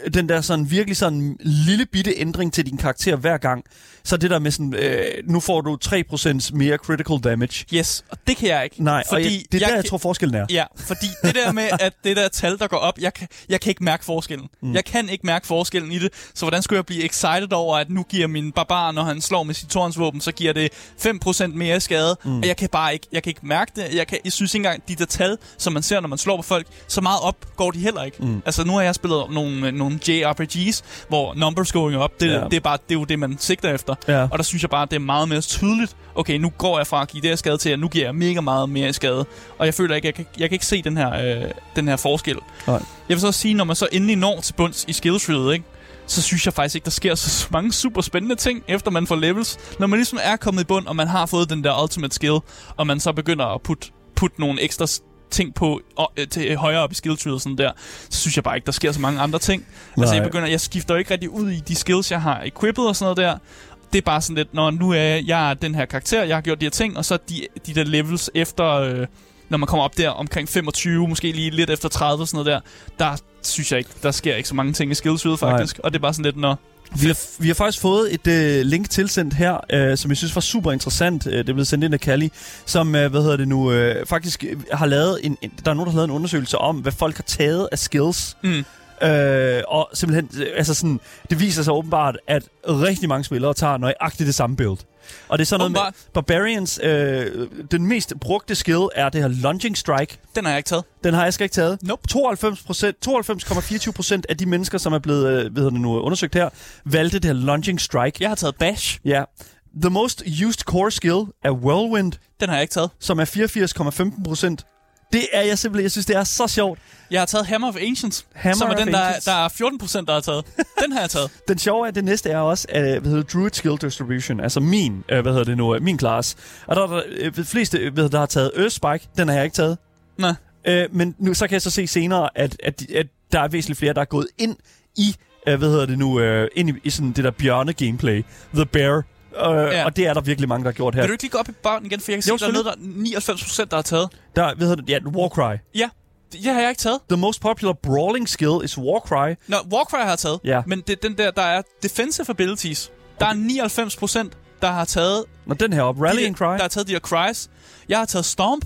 den der sådan virkelig sådan lille bitte ændring til din karakter hver gang. Så det der med sådan, øh, nu får du tre procent mere critical damage. Yes, og det kan jeg ikke. Nej, fordi og jeg, det er jeg der, jeg kan, tror forskellen er. Ja, fordi det der med, at det der tal, der går op, jeg kan, jeg kan ikke mærke forskellen. Mm. Jeg kan ikke mærke forskellen i det, så hvordan skulle jeg blive excited over, at nu giver min barbar, når han slår med sit tårnsvåben, så giver det fem procent mere skade, mm. og jeg kan bare ikke, jeg kan ikke mærke det. Jeg, kan, jeg synes ikke engang, de der tal, som man ser, når man slår på folk, så meget op går de heller ikke. Mm. Altså, nu har jeg spillet nogle, nogle J R P Gs, hvor numbers going up, det, ja. det, er bare, det er jo det, man sigter efter. Ja. Og der synes jeg bare, det er meget mere tydeligt. Okay, nu går jeg fra at give det her skade til, at nu giver jeg mega meget mere skade. Og jeg føler ikke, jeg kan, jeg kan ikke se den her, øh, den her forskel. Nej. Jeg vil så sige, når man så endelig når til bunds i skilltreet, ikke, så synes jeg faktisk ikke, der sker så mange super spændende ting, efter man får levels. Når man ligesom er kommet i bund, og man har fået den der ultimate skill, og man så begynder at putte put nogle ekstra ting på og, øh, til højere op i skilltreet sådan der, så synes jeg bare ikke, der sker så mange andre ting. Nej. Altså jeg begynder, jeg skifter jo ikke rigtig ud i de skills, jeg har equippet og sådan noget der. Det er bare sådan lidt, når nu er jeg, jeg er den her karakter, jeg har gjort de her ting, og så de, de der levels efter, øh, når man kommer op der omkring femogtyve, måske lige lidt efter tredive og sådan noget der, der synes jeg ikke, der sker ikke så mange ting i skilltreet faktisk. Nej. Og det er bare sådan lidt, når... Vi har, vi har faktisk fået et øh, link tilsendt her, øh, som jeg synes var super interessant. Øh, det er blevet sendt ind af Callie, som, øh, hvad hedder det nu, øh, faktisk har lavet en, en... Der er nogen, der har lavet en undersøgelse om, hvad folk har taget af skills. Mm. Øh, og simpelthen, altså sådan, det viser sig åbenbart, at rigtig mange spillere tager nøjagtigt det samme build. Og det er sådan noget åbenbart. Med Barbarians, øh, den mest brugte skill er det her Lunging Strike. Den har jeg ikke taget. Den har jeg ikke taget. Nope. tooghalvfems komma fireogtyve procent af de mennesker, som er blevet øh, hvad hedder det nu, undersøgt her, valgte det her Lunging Strike. Jeg har taget Bash. Ja. The most used core skill er Whirlwind. Den har jeg ikke taget. Som er fireogfirs komma femten procent. Det er jeg simpelthen, jeg synes, det er så sjovt. Jeg har taget Hammer of Ancients, Hammer som er den, der, Ancients. der er fjorten procent, der har taget. Den har jeg taget. Den sjove er, at det næste er også, uh, hvad hedder Druid Skill Distribution, altså min, uh, hvad hedder det nu, min class. Og der er der uh, fleste, uh, hvad der har taget Earth Spike, den har jeg ikke taget. Nej. Uh, men nu så kan jeg så se senere, at, at, at der er væsentligt flere, der er gået ind i, uh, hvad hedder det nu, uh, ind i, i sådan det der bjørne-gameplay, The Bear. Uh, ja. Og det er der virkelig mange, der har gjort her. Vil du ikke lige gå op i barn igen, for jeg kan jo, se, der er noget, der nioghalvfems procent, der har taget. Der, hvad hedder det, ja, Warcry. Ja, det har jeg ikke taget. The most popular brawling skill is Warcry. Nå, Warcry har jeg taget, ja. Men det den der, der er defensive abilities. Der er nioghalvfems procent, der har taget... Nå, den her op, Rallying Cry. Der har taget de her cries. Jeg har taget Stomp.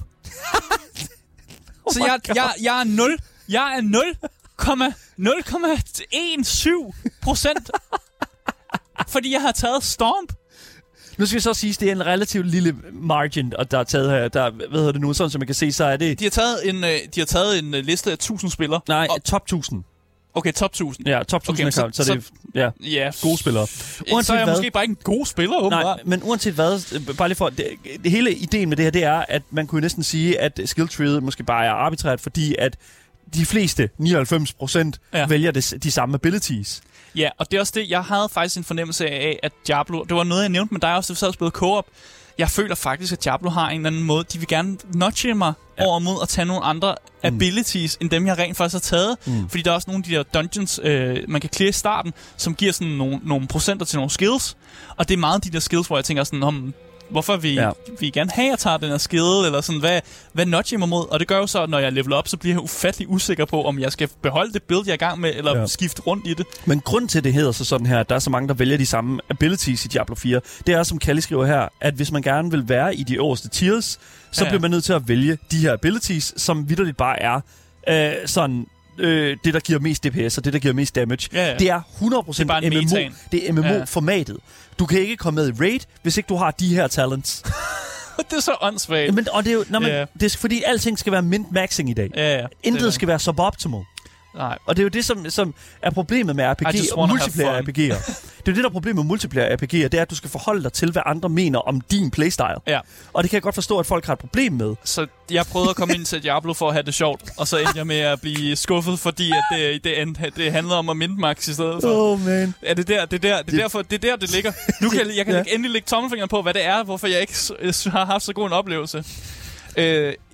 oh så jeg, jeg, jeg er nul. Jeg er nul komma sytten procent. Fordi jeg har taget Stomp. Nu skal vi så sige, at det er en relativt lille margin, og der er taget her, der, hvad hedder det nu, sådan som man kan se, så er det... De har taget en, de har taget en liste af tusind spillere. Nej, og... top tusind. Okay, top tusind. Ja, top tusind okay, account, så, så, så det er ja, ja, gode spillere. Uanset så er jeg hvad, måske bare ikke en god spiller, åbenbart. Nej, men uanset hvad, bare lige for... Det, det hele ideen med det her, det er, at man kunne næsten sige, at skill treet måske bare er arbitrært, fordi at de fleste, nioghalvfems procent, ja. vælger det, de samme abilities. Ja, og det er også det, jeg havde faktisk en fornemmelse af, at Diablo, det var noget, jeg nævnte med dig også, da vi sad og spillede co-op. Jeg føler faktisk, at Diablo har en eller anden måde, de vil gerne nudge mig ja. over mod at tage nogle andre mm. abilities, end dem, jeg rent faktisk har taget. Mm. Fordi der er også nogle af de der dungeons, øh, man kan clear i starten, som giver sådan nogle, nogle procenter til nogle skills. Og det er meget de der skills, hvor jeg tænker sådan, om... Hvorfor vil ja. vi gerne have, at jeg tager den her skill, eller sådan, hvad, hvad nudger mig mod? Og det gør jo så, at når jeg leveler op, så bliver jeg ufattelig usikker på, om jeg skal beholde det build, jeg er i gang med, eller ja. skifte rundt i det. Men grund til, det hedder så sådan her, at der er så mange, der vælger de samme abilities i Diablo fire, det er, som Callie skriver her, at hvis man gerne vil være i de øverste tiers, så ja. bliver man nødt til at vælge de her abilities, som vitterligt bare er øh, sådan... Øh, det, der giver mest D P S, og det, der giver mest damage. Ja, ja. Det er hundrede procent M M O. Det er M M O-formatet. Du kan ikke komme med i raid, hvis ikke du har de her talents. Det er så åndssvagt. Men, og det er jo, når man, yeah. det er fordi, alting skal være mint-maxing i dag. Ja, ja. Intet skal være suboptimal. Nej. Og det er jo det, som, som er problemet med R P G og multiplayer R P G'er. Det er jo det, der er problemet med multiplayer R P G'er, det er, at du skal forholde dig til, hvad andre mener om din playstyle. Ja. Og det kan jeg godt forstå, at folk har et problem med. Så jeg prøvede at komme ind til Diablo for at have det sjovt, og så endte jeg med at blive skuffet, fordi at det, det, end, det handlede om at mintmax i stedet for. Oh man. Er det der, det der, det, det, derfor, det der, det ligger. Nu kan jeg, jeg kan ja. endelig lægge tommelfingeren på, hvad det er, hvorfor jeg ikke har haft så god en oplevelse. Øh,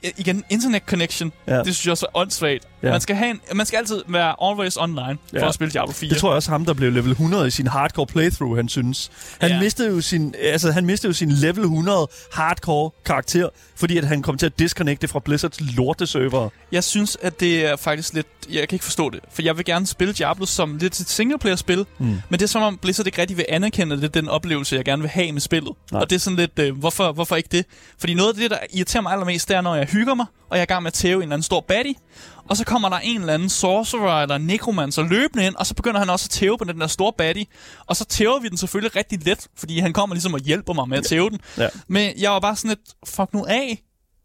igen, internet connection, ja. Det synes jeg også er åndssvagt. Ja. Man, skal have en, man skal altid være always online for ja. At spille Diablo fire. Det tror jeg også ham, der blev level hundrede i sin hardcore playthrough, han synes. Han, ja. mistede, jo sin, altså, han mistede jo sin level hundrede hardcore karakter, fordi at han kom til at disconnecte fra Blizzards lorteserver. Jeg synes, at det er faktisk lidt... Jeg kan ikke forstå det, for jeg vil gerne spille Diablo som lidt et singleplayer-spil, mm. men det er som om Blizzard ikke rigtig vil anerkende det, den oplevelse, jeg gerne vil have med spillet. Nej. Og det er sådan lidt, øh, hvorfor, hvorfor ikke det? Fordi noget af det, der irriterer mig allermest, det er, når jeg hygger mig, og jeg er i gang med at tæve en eller anden stor baddie, og så kommer der en eller anden sorcerer eller necromancer løbende ind, og så begynder han også at tæve på den der store baddie, og så tæver vi den selvfølgelig rigtig let, fordi han kommer ligesom og hjælper mig med at tæve den. Ja. Men jeg var bare sådan lidt, fuck nu af.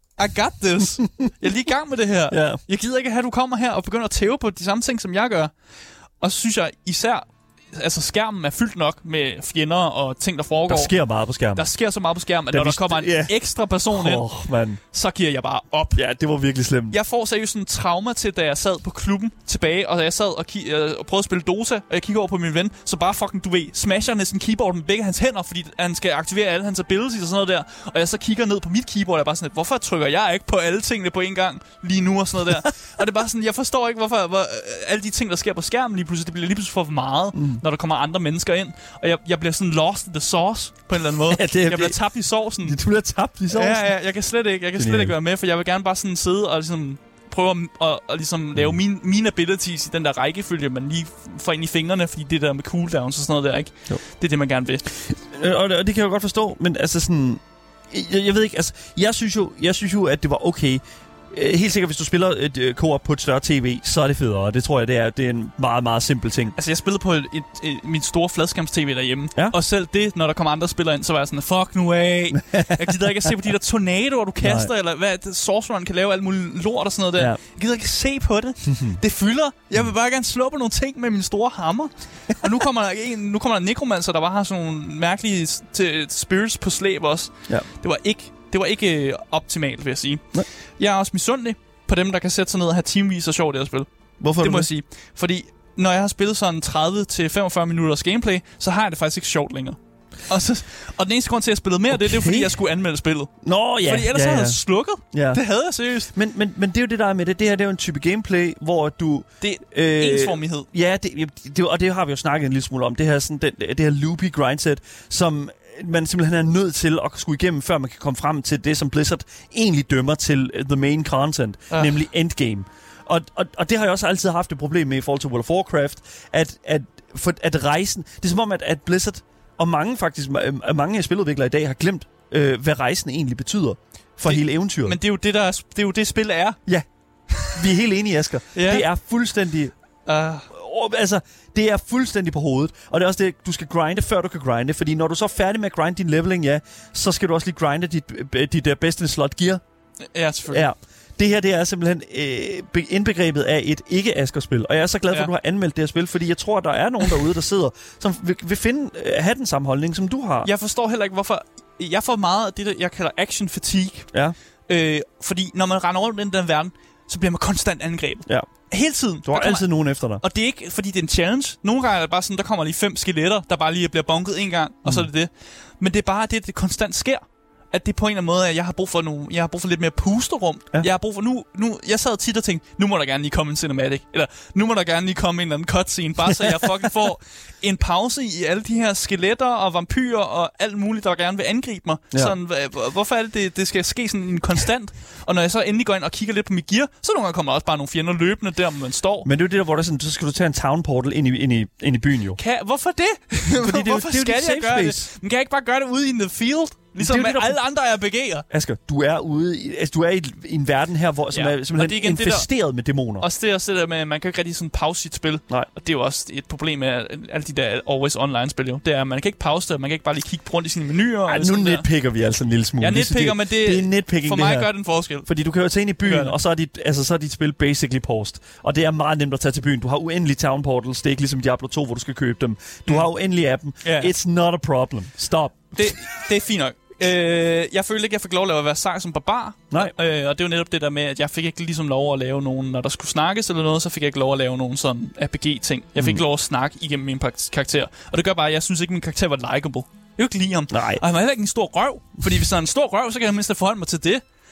I got this. Jeg er lige i gang med det her. Yeah. Jeg gider ikke have, at du kommer her og begynder at tæve på de samme ting, som jeg gør. Og så synes jeg især, altså skærmen er fyldt nok med fjender og ting, der foregår. Der sker meget på skærmen. Der sker så meget på skærmen, at der når der kommer en yeah. ekstra person ind, oh, man. Så giver jeg bare op. Ja, det var virkelig slemt. Jeg får seriøst sådan en trauma til, da jeg sad på klubben tilbage, og jeg sad og, ki- øh, og prøvede at spille Dota, og jeg kigger over på min ven, så bare fucking, du ved, smasher næsten keyboarden med begge hans hænder, fordi han skal aktivere alle hans abilities og sådan noget der. Og jeg så kigger ned på mit keyboard, og jeg er bare sådan lidt, hvorfor trykker jeg ikke på alle tingene på en gang lige nu og sådan noget der? Og det er bare sådan, jeg forstår ikke, hvorfor hvor, øh, alle de ting, der sker på skærmen lige pludselig, det bliver lige pludselig for meget, mm. når der kommer andre mennesker ind, og jeg, jeg bliver sådan lost in the sauce på en eller anden måde. Ja, det, jeg bliver tabt i sovsen. Du bliver tabt i sovsen? Ja, ja, jeg kan slet ikke, jeg kan slet ikke være med, for jeg vil gerne bare sådan sidde og ligesom prøve at, at, at ligesom lave mine, mine abilities i den der rækkefølge, man lige får ind i fingrene, fordi det der med cooldowns og sådan noget der, ikke? Jo. Det er det, man gerne vil. Øh, og, det, og det kan jeg jo godt forstå, men altså sådan, jeg, jeg ved ikke, altså, jeg synes jo, jeg synes jo, at det var okay. Helt sikkert, hvis du spiller et uh, co-op på et større tv, så er det federe. Det tror jeg, det er, det er en meget, meget simpel ting. Altså, jeg spillede på et, et, et, min store fladskærms-tv derhjemme. Ja? Og selv det, når der kommer andre spillere ind, så var jeg sådan, fuck nu af. Jeg gider ikke at se på de der tornadoer, du kaster, Nej. Eller hvad sorcereren kan lave alt muligt lort og sådan noget der. Ja. Jeg gider ikke se på det. Det fylder. Jeg vil bare gerne slå på nogle ting med min store hammer. Og nu kommer der en, nu kommer der en necromancer, der bare har sådan nogle mærkelige t- spirits på slæb også. Ja. Det var ikke... Det var ikke øh, optimalt, vil jeg sige. Nej. Jeg er også misundelig på dem, der kan sætte sig ned og have timevis og sjovt det at spille. Hvorfor? Det må det? jeg sige. Fordi når jeg har spillet sådan tredive til femogfyrre minutters gameplay, så har jeg det faktisk ikke sjovt længere. Og, så, og den eneste grund til, at jeg spillede mere, okay. det, det er fordi, jeg skulle anmelde spillet. Nå, ja. Fordi ellers ja, ja. havde jeg slukket. Ja. Det havde jeg seriøst. Men, men, men det er jo det, der er med det. Det her det er jo en type gameplay, hvor du... Det er øh, ensformighed. Ja, det, det, og det har vi jo snakket en lille smule om. Det her, sådan, det, det her loopy grindset, som... man simpelthen er nødt til at skulle igennem, før man kan komme frem til det, som Blizzard egentlig dømmer til the main content, uh. nemlig endgame. Og, og, og det har jeg også altid haft et problem med i forhold til World of Warcraft, at, at, for, at rejsen... Det er som om, at, at Blizzard, og mange faktisk, mange spiludviklere i dag, har glemt, øh, hvad rejsen egentlig betyder for det, hele eventyret. Men det er jo det, der er, det er jo det, spil er. Ja, vi er helt enige, Asger. Yeah. Det er fuldstændig... Uh. Altså, det er fuldstændig på hovedet. Og det er også det, du skal grinde, før du kan grinde. Fordi når du så er færdig med at grinde din leveling, ja, så skal du også lige grinde dit, dit uh, bedste slot gear. Ja, selvfølgelig. Ja. Det her, det er simpelthen øh, indbegrebet af et ikke-Asger-spil. Og jeg er så glad for, ja. at du har anmeldt det her spil, fordi jeg tror, at der er nogen derude, der sidder, som vil, vil finde, øh, have den samme holdning, som du har. Jeg forstår heller ikke, hvorfor... Jeg får meget af det, der jeg kalder action fatigue. Ja. Øh, fordi når man render rundt i den verden, så bliver man konstant angrebet. Ja. Hele tiden. Du har altid nogen efter dig. Og det er ikke, fordi det er en challenge. Nogle gange er det bare sådan, der kommer lige fem skeletter, der bare lige bliver bunket en gang, mm. og så er det det. Men det er bare det, det konstant sker. At det på en eller anden måde, at jeg har brug for nogle, jeg har brug for lidt mere pusterum. Ja. Jeg har brug for nu, nu, jeg sad tit og tænkte, nu må der gerne lige komme en cinematic, eller nu må der gerne lige komme en eller anden cutscene, bare så jeg fucking får en pause i alle de her skeletter og vampyrer og alt muligt, der gerne vil angribe mig. Ja. Sådan, hvorfor er det, det, det skal ske sådan en konstant? Og når jeg så endelig går ind og kigger lidt på mit gear, så nogle gange kommer der også bare nogle fjender løbende der, hvor man står. Men det er jo det der, hvor der sådan, så skal du tage en town portal ind i, ind i, ind i byen jo. Kan, hvorfor det? Fordi det hvorfor det, det skal jeg gøre space. det? Men kan jeg ikke bare gøre det ude i the field? Ligesom det, med det, alle andre R P G'er. Asger, du er ude i, altså, du er i, i en verden her, hvor, som ja. er simpelthen er infesteret der, med dæmoner. Og det er også det der med, man kan ikke rigtig sådan pause sit spil. Nej. Og det er jo også et problem med alle de der always online-spil jo. Det er, man kan ikke pause det, man kan ikke bare lige kigge rundt i sine menuer. Ej, nu netpicker vi altså en lille smule. Ja, netpicker, men det, det er netpicking, for mig gør det en forskel. Fordi du kan jo tage ind i byen, og så er, dit, altså, så er dit spil basically paused. Og det er meget nemt at tage til byen. Du har uendelig town portals, det er ikke ligesom Diablo to, hvor du skal købe dem. Du mm. har uendelig af dem. Yeah. It's not a problem. Stop. Det, det er fint nok. Øh, jeg følte ikke, jeg fik lov at være sej som barbar. Nej. Øh, og det er jo netop det der med, at jeg fik ikke ligesom lov at lave nogen, når der skulle snakkes eller noget, så fik jeg ikke lov at lave nogen sådan R P G-ting. Jeg fik mm. ikke lov at snakke igennem min karakter. Og det gør bare, at jeg synes ikke, min karakter var likeable. Jeg vil ikke lide ham. Nej. Og han var heller ikke en stor røv. Fordi hvis han er en stor røv, så kan jeg mindst forholde mig til det.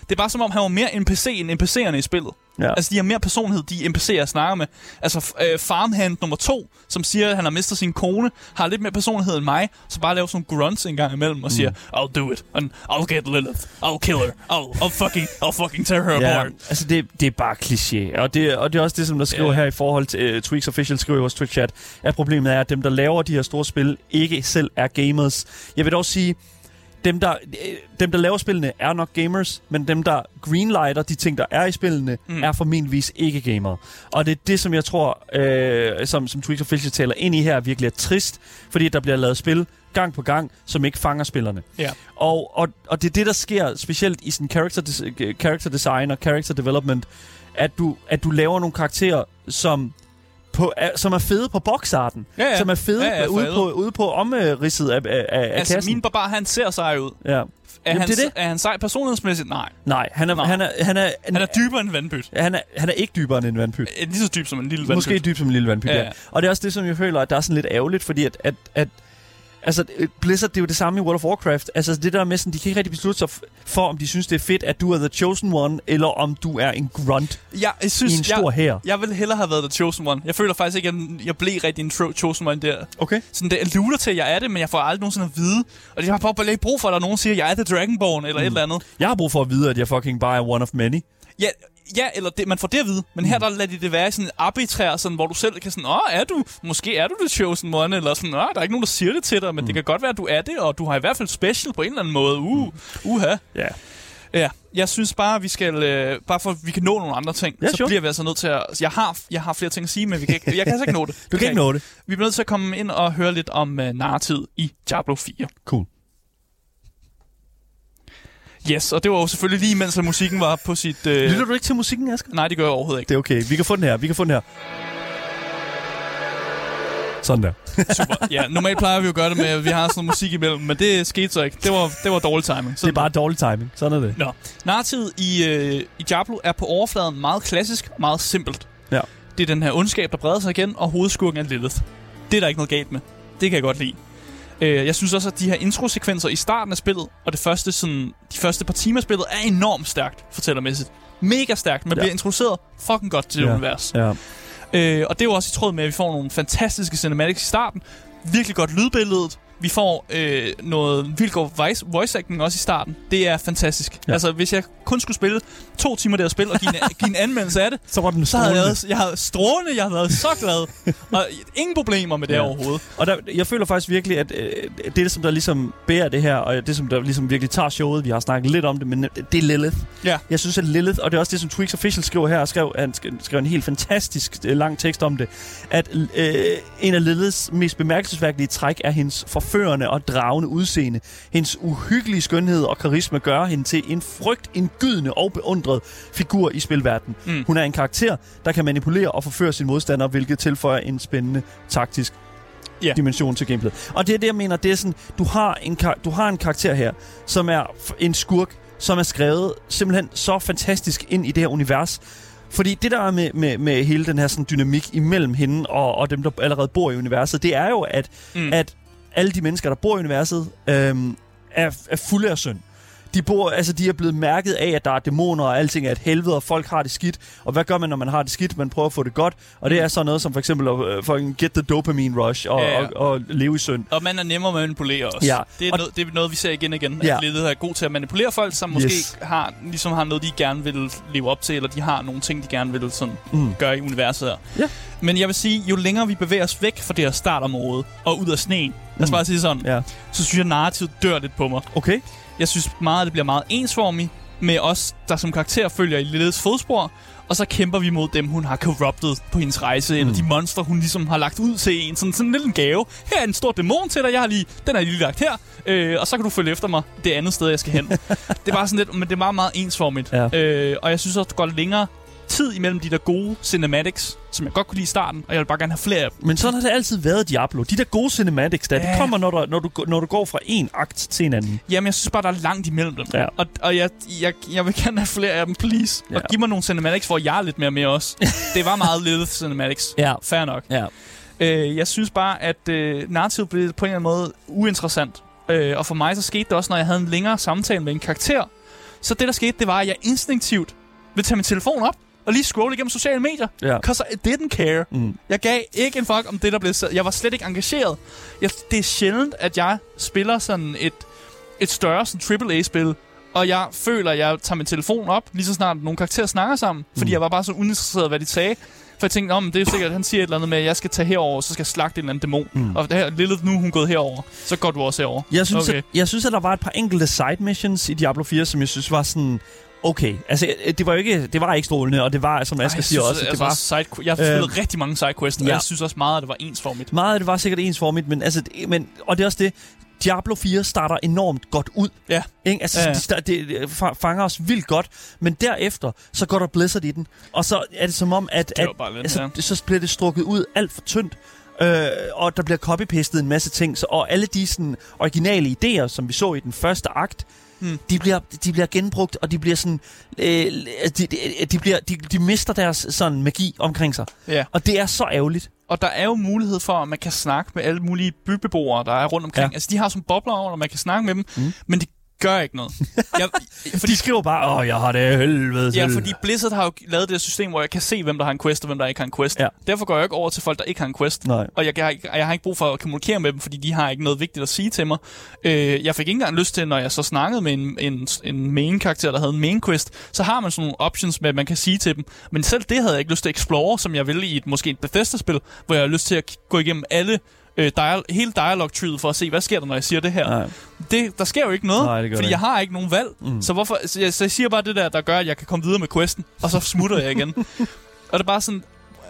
Det er bare som om, han var mere N P C end N P C'erne i spillet. Ja. Altså, de har mere personlighed, de N P C'er, jeg snakker med. Altså, øh, farmhand nummer to, som siger, at han har mistet sin kone, har lidt mere personlighed end mig, så bare laver sådan nogle grunts en gang imellem og siger, mm. I'll do it, and I'll get Lilith, I'll kill her, I'll, I'll fucking, I'll fucking tear her ja, apart. Altså, det, det er bare kliché, og det, og det er også det, som der skriver yeah. her i forhold til uh, Tweaks Official, skriver i vores Twitch-chat, at problemet er, at dem, der laver de her store spil, ikke selv er gamers. Jeg vil dog sige, Dem der, dem, der laver spillene, er nok gamers, men dem, der greenlighter de ting, der er i spillene, mm. er formentligvis ikke gamere. Og det er det, som jeg tror, øh, som, som Tweaks Official taler ind i her, virkelig er trist, fordi der bliver lavet spil gang på gang, som ikke fanger spillerne. Yeah. Og, og, og det er det, der sker specielt i sådan character, des- character design og character development, at du, at du laver nogle karakterer, som... På, som er fede på boxarten, ja, ja. Som er fede ja, ja, ude, på, ude på omridset af, af, af altså, kassen. Min barbar, han ser sej ud. Ja. Er, Jamen, han, det er, det. er han sej personlighedsmæssigt? Nej. Nej, han er, Nej. Han er, han er, han er dybere end en vandpyt. Han er, han er ikke dybere end en vandpyt. Lige så dyb som en lille vandpyt. Måske dyb som en lille vandpyt, ja. ja. Og det er også det, som jeg føler, at der er sådan lidt ærgerligt, fordi at... at, at altså, Blizzard, det er jo det samme i World of Warcraft. Altså, det der med sådan, de kan ikke rigtig beslutte sig for, om de synes, det er fedt, at du er the chosen one, eller om du er en grunt ja, jeg synes, i en stor jeg, hær. Jeg ville hellere have været the chosen one. Jeg føler faktisk ikke, at jeg blev rigtig en tro- chosen one der. Okay. Sådan, det lurer til, at jeg er det, men jeg får aldrig nogensinde at vide. Og jeg har bare ikke brug for, at der nogen siger, at jeg er the Dragonborn, eller mm. et eller andet. Jeg har brug for at vide, at jeg fucking bare er one of many. Ja, ja, eller det, man får det at vide. Men her der lader de det være sådan arbitrær, sådan, hvor du selv kan sådan, åh, er du, måske er du the chosen one, eller sådan, åh, der er ikke nogen, der siger det til dig, men mm. det kan godt være, at du er det, og du har i hvert fald special på en eller anden måde. Uh, uha. Ja. Ja, jeg synes bare, at vi skal, øh, bare for at vi kan nå nogle andre ting, ja, så sure. bliver vi altså nødt til at, jeg har, jeg har flere ting at sige, men vi kan ikke, jeg kan altså ikke nå det. Du kan ikke nå det. Vi bliver nødt til at komme ind og høre lidt om uh, narrativet i Diablo fire. Cool. Yes, og det var jo selvfølgelig lige mens musikken var på sit... Øh... Lytter du ikke til musikken, Asger? Nej, det gør jeg overhovedet ikke. Det er okay. Vi kan få den her. Vi kan få den her. Sådan der. Super. Ja, normalt plejer vi jo at gøre det med, at vi har sådan noget musik imellem, men det skete så ikke. Det var, det var dårlig timing. Sådan det er bare dårlig timing. Sådan er det. Nå. Narrativet i, øh, i Diablo er på overfladen meget klassisk, meget simpelt. Ja. Det er den her ondskab, der breder sig igen, og hovedskurken er Lilith. Det er der ikke noget galt med. Det kan jeg godt lide. Jeg synes også, at de her introsekvenser i starten af spillet, og det første, sådan, de første par timer af spillet, er enormt stærkt, fortællermæssigt. Mega stærkt. Man ja. bliver introduceret fucking godt til det ja. univers. Ja. Øh, og det er jo også i tråd med, at vi får nogle fantastiske cinematics i starten. Virkelig godt lydbilledet. Vi får øh, noget vildt god voice, voice acting også i starten. Det er fantastisk. Ja. Altså, hvis jeg kun skulle spille to timer der spil og give en, give en anmeldelse af det, så var den så havde jeg, været, jeg havde strålende, jeg havde været så glad. Og ingen problemer med det ja. overhovedet. Og der, jeg føler faktisk virkelig, at øh, det, som der ligesom bærer det her, og det, som der ligesom virkelig tager showet, vi har snakket lidt om det, men det er Lilith. Ja. Jeg synes, at Lilith, og det er også det, som Tweaks Official skriver her, og skrev, han skrev en helt fantastisk øh, lang tekst om det, at øh, en af Liliths mest bemærkelsesværdige træk er hendes forførende og dragende udseende. Hendes uhyggelige skønhed og karisma gør hende til en frygtindgydende og beundret figur i spilverdenen. Mm. Hun er en karakter, der kan manipulere og forføre sin modstander, hvilket tilføjer en spændende taktisk yeah. dimension til gameplayet. Og det er det, jeg mener, det er sådan, du har en, du har en karakter her, som er en skurk, som er skrevet simpelthen så fantastisk ind i det her univers. Fordi det der er med, med, med hele den her sådan, dynamik imellem hende og, og dem, der allerede bor i universet, det er jo, at, mm. at alle de mennesker, der bor i universet, øhm, er, er fulde af synd. De, bor, altså, de er blevet mærket af, at der er dæmoner, og alting er et helvede, og folk har det skidt. Og hvad gør man, når man har det skidt? Man prøver at få det godt. Og det er sådan noget som for eksempel at uh, get the dopamine rush og, ja, ja. og, og leve i synd. Og man er nemmere at manipulere også. Ja. Det, er og, noget, det er noget, vi ser igen og igen. Ja. At Lilith er god til at manipulere folk, som måske yes. har, ligesom har noget, de gerne vil leve op til, eller de har nogle ting, de gerne vil sådan, mm. gøre i universet her. Ja. Men jeg vil sige, jo længere vi bevæger os væk fra det her startområde, og ud af sneen, lad os bare sige sådan, ja. så synes jeg, at narrativet dør lidt på mig. Okay. Jeg synes meget, at det bliver meget ensformigt med os, der som karakter følger i Liliths fodspor, og så kæmper vi mod dem, hun har corrupted på hendes rejse, mm. eller de monstre, hun ligesom har lagt ud til en. Sådan, sådan en lille gave. Her er en stor dæmon til dig, jeg har lige, den er lige lagt her, øh, og så kan du følge efter mig det andet sted, jeg skal hen. Det er bare sådan lidt, men det er meget, meget ensformigt. Ja. Øh, og jeg synes også, det går længere tid imellem de der gode cinematics, som jeg godt kunne lide i starten, og jeg vil bare gerne have flere af dem. Men sådan har det altid været, Diablo. De der gode cinematics, der, ja. det kommer, når du, når, du, når du går fra en akt til en anden. Jamen, jeg synes bare, der er langt imellem dem. Ja. Og, og jeg, jeg, jeg vil gerne have flere af dem, please. Ja. Og giv mig nogle cinematics, hvor jeg er lidt mere med også. Det var meget Lilith cinematics. Ja. Fair nok. Ja. Øh, jeg synes bare, at øh, narrativet blev på en eller anden måde uinteressant. Øh, og for mig så skete det også, når jeg havde en længere samtale med en karakter, Så det, der skete, det var, at jeg instinktivt ville tage min telefon op, og lige scrolle igennem sociale medier. Ja. Because I didn't care. Mm. Jeg gav ikke en fuck om det, der blev sagt. Jeg var slet ikke engageret. Jeg, det er sjældent, at jeg spiller sådan et, et større sådan triple A-spil, og jeg føler, at jeg tager min telefon op, lige så snart nogle karakterer snakker sammen, mm. fordi jeg var bare så uinteresseret i, hvad de sagde. For jeg tænkte, om det er sikkert, at han siger et eller andet med, at jeg skal tage herover, så skal jeg slagte en eller anden dæmon. Mm. Og det her, Lilith, nu er hun gået herover, så går du også herover. Jeg synes, okay. at, jeg synes, at der var et par enkelte side missions i Diablo fire, som jeg synes var sådan... Okay, altså det var jo ikke, det var ikke strålende, og det var, som Asger siger også, altså, det var... Side, jeg har spillet øh, rigtig mange sidequests, og ja. jeg synes også meget, at det var ensformigt. Meget af det var sikkert ensformigt, men altså, men, og det er også det, Diablo fire starter enormt godt ud. Ja. Ikke? Altså, ja, ja. Det, det fanger os vildt godt, men derefter, så går der Blizzard i den, og så er det som om, at, at lidt, altså, ja. så bliver det strukket ud alt for tyndt. Øh, og der bliver copy-pastet en masse ting, så, og alle de sådan, originale idéer, som vi så i den første akt, Hmm. De, bliver, de bliver genbrugt, og de bliver sådan, øh, de, de, de, bliver, de, de mister deres sådan magi omkring sig. Ja. Og det er så ærgerligt. Og der er jo mulighed for, at man kan snakke med alle mulige bybeboere, der er rundt omkring. Ja. Altså, de har sådan bobler over, og man kan snakke med dem, mm. men de gør ikke noget. Jeg, fordi, de skriver bare, åh, jeg har det helvede til. Ja, fordi Blizzard har jo lavet det system, hvor jeg kan se, hvem der har en quest, og hvem der ikke har en quest. Ja. Derfor går jeg ikke over til folk, der ikke har en quest. Nej. Og jeg, jeg, jeg har ikke brug for at kommunikere med dem, fordi de har ikke noget vigtigt at sige til mig. Øh, jeg fik ikke engang lyst til, når jeg så snakkede med en, en, en main-karakter, der havde en main-quest, så har man sådan nogle options med, at man kan sige til dem. Men selv det havde jeg ikke lyst til at explore, som jeg ville i et, måske et Bethesda-spil, hvor jeg har lyst til at gå igennem alle Øh, dial- hele dialog-treet for at se, hvad sker der, når jeg siger det her. Det, der sker jo ikke noget, Nej, fordi ikke. Jeg har ikke nogen valg. Mm. Så, hvorfor, så, jeg, så jeg siger bare det der, der gør, at jeg kan komme videre med questen, og så smutter jeg igen. Og det er bare sådan,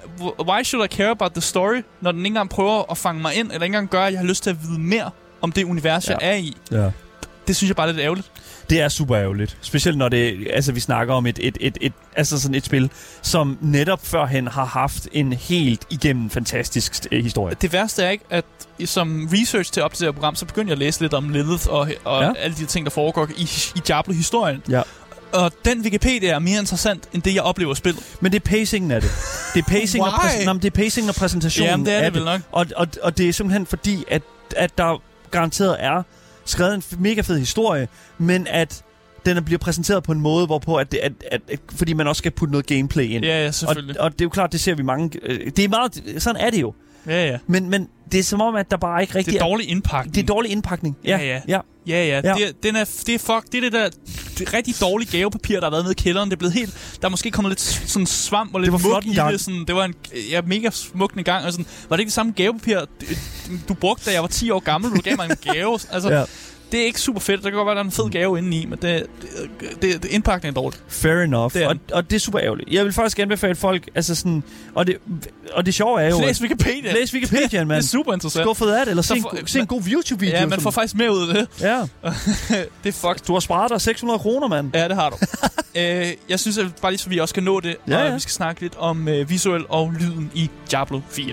why should I care about the story, når den ikke engang prøver at fange mig ind, eller ikke engang gør, at jeg har lyst til at vide mere om det univers, ja. jeg er i. Ja. Det synes jeg bare er lidt ærgerligt. Det er super ærgerligt. Specielt når det, altså, vi snakker om et, et, et, et, altså sådan et spil, som netop førhen har haft en helt igennem fantastisk øh, historie. Det værste er ikke, at som research til at opdatere program, så begyndte jeg at læse lidt om Lilith og, og ja. alle de ting, der foregår i, i Diablo-historien. Ja. Og den Wikipedia er mere interessant, end det, jeg oplever i spillet. Men det er pacingen af det. Det er pacing og, præs- nej, det er pacingen og præsentationen Jamen, det er af det. Vel nok. Og, og, og det er simpelthen fordi, at, at der garanteret er skrevet en mega fed historie, men at den bliver præsenteret på en måde, hvorpå at, det, at, at, at fordi man også skal putte noget gameplay ind. Ja, ja, selvfølgelig. Og, og det er jo klart, det ser vi mange. Det er meget, sådan er det jo. Ja, ja. Men, men det er som om, at der bare ikke rigtig det er dårlig indpakning. Det er dårlig indpakning. Ja, ja. Ja, ja. Ja, ja. ja. Det, den er, det er fuck. Det er det der det er rigtig dårlige gavepapir, der har været nede i kælderen. Det er blevet helt... Der er måske kommet lidt sådan svamp og lidt mug i det. Sådan, det var en ja, mega smukt en gang. Og sådan, var det ikke det samme gavepapir, du brugte, da jeg var ti år gammel? Du gav mig en gave. Altså... Ja. Det er ikke super fedt. Der kan godt være, der er en fed gave indeni, men det, det, det, det indpakningen er dårligt. Fair enough. Det og, og det er super ærgerligt. Jeg vil faktisk anbefale folk, altså sådan... Og det, og det sjove er jo... Læs Wikipedia. Læs Wikipedia, mand. Det er super interessant. Skuffet af det, eller se en, for, se en god YouTube-video. Ja, man får faktisk mere ud af det. Ja. Det er fucked. Du har sparet dig seks hundrede kroner, mand. Ja, det har du. øh, jeg synes, at bare lige så vi også kan nå det, ja, ja. og vi skal snakke lidt om øh, visuel og lyden i Diablo fire.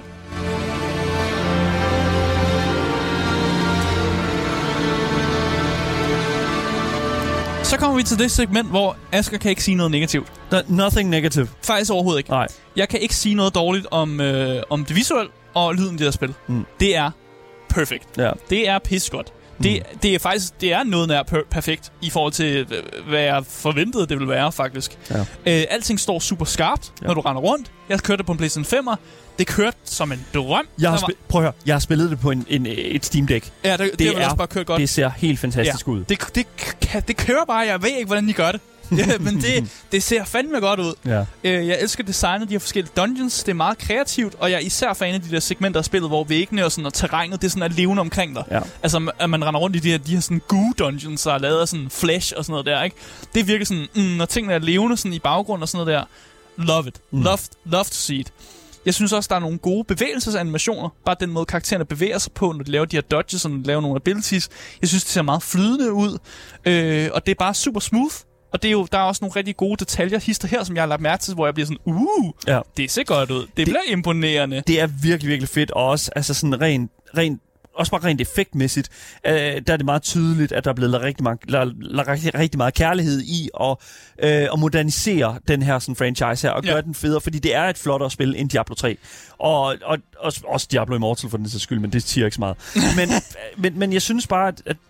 Så kommer vi til det segment, hvor Asger kan ikke sige noget negativt. Nothing negative. Faktisk overhovedet ikke. Nej. Jeg kan ikke sige noget dårligt om, øh, om det visuelle og lyden i det her spil. Mm. Det er perfekt. Ja. Det er pissegodt. Det, mm. det er faktisk det er noget nær per- perfekt i forhold til, hvad jeg forventede, det ville være, faktisk. Ja. Øh, alting står super skarpt, ja. Når du render rundt. Jeg kørte det på en PlayStation femmer. Det kørte som en drøm. Jeg har var... spil- Prøv at høre, jeg har spillet det på en, en, et Steam Deck. Ja, det, det, det er også bare kørt godt. Det ser helt fantastisk ja. ud. Det, det, det, det kører bare, jeg ved ikke, hvordan de gør det. Ja, men det, det ser fandme godt ud. Ja. Øh, jeg elsker designet, de her forskellige dungeons. Det er meget kreativt, og jeg er især fan af de der segmenter af spillet, hvor væggene og, sådan, og terrænet, det er sådan er levende omkring dig. Ja. Altså, at man render rundt i de her, de her sådan goo-dungeons, der er lavet af sådan flesh og sådan noget der, ikke? Det virker sådan, mm, når tingene er levende sådan i baggrund og sådan noget der. Love it. Mm. Love, love to see it. Jeg synes også, der er nogle gode bevægelsesanimationer. Bare den måde, karaktererne bevæger sig på, når de laver de her dodges, og når de laver nogle abilities. Jeg synes, det ser meget flydende ud. Øh, og det er bare super smooth. Og det er jo, der er også nogle rigtig gode detaljer, hister her, som jeg har lagt mærke til, hvor jeg bliver sådan, uh, ja. Det ser godt ud. Det, det bliver imponerende. Det er virkelig, virkelig fedt. Og også altså sådan rent, rent også bare rent effektmæssigt, øh, der er det meget tydeligt, at der er blevet lagt rigtig, meget, lagt rigtig, rigtig meget kærlighed i at, øh, at modernisere den her sådan, franchise her, og ja. Gøre den federe, fordi det er et flottere spil end Diablo tre. Og, og også, også Diablo Immortal for den sags skyld, men det siger ikke så meget. men, men, men jeg synes bare, at, at, at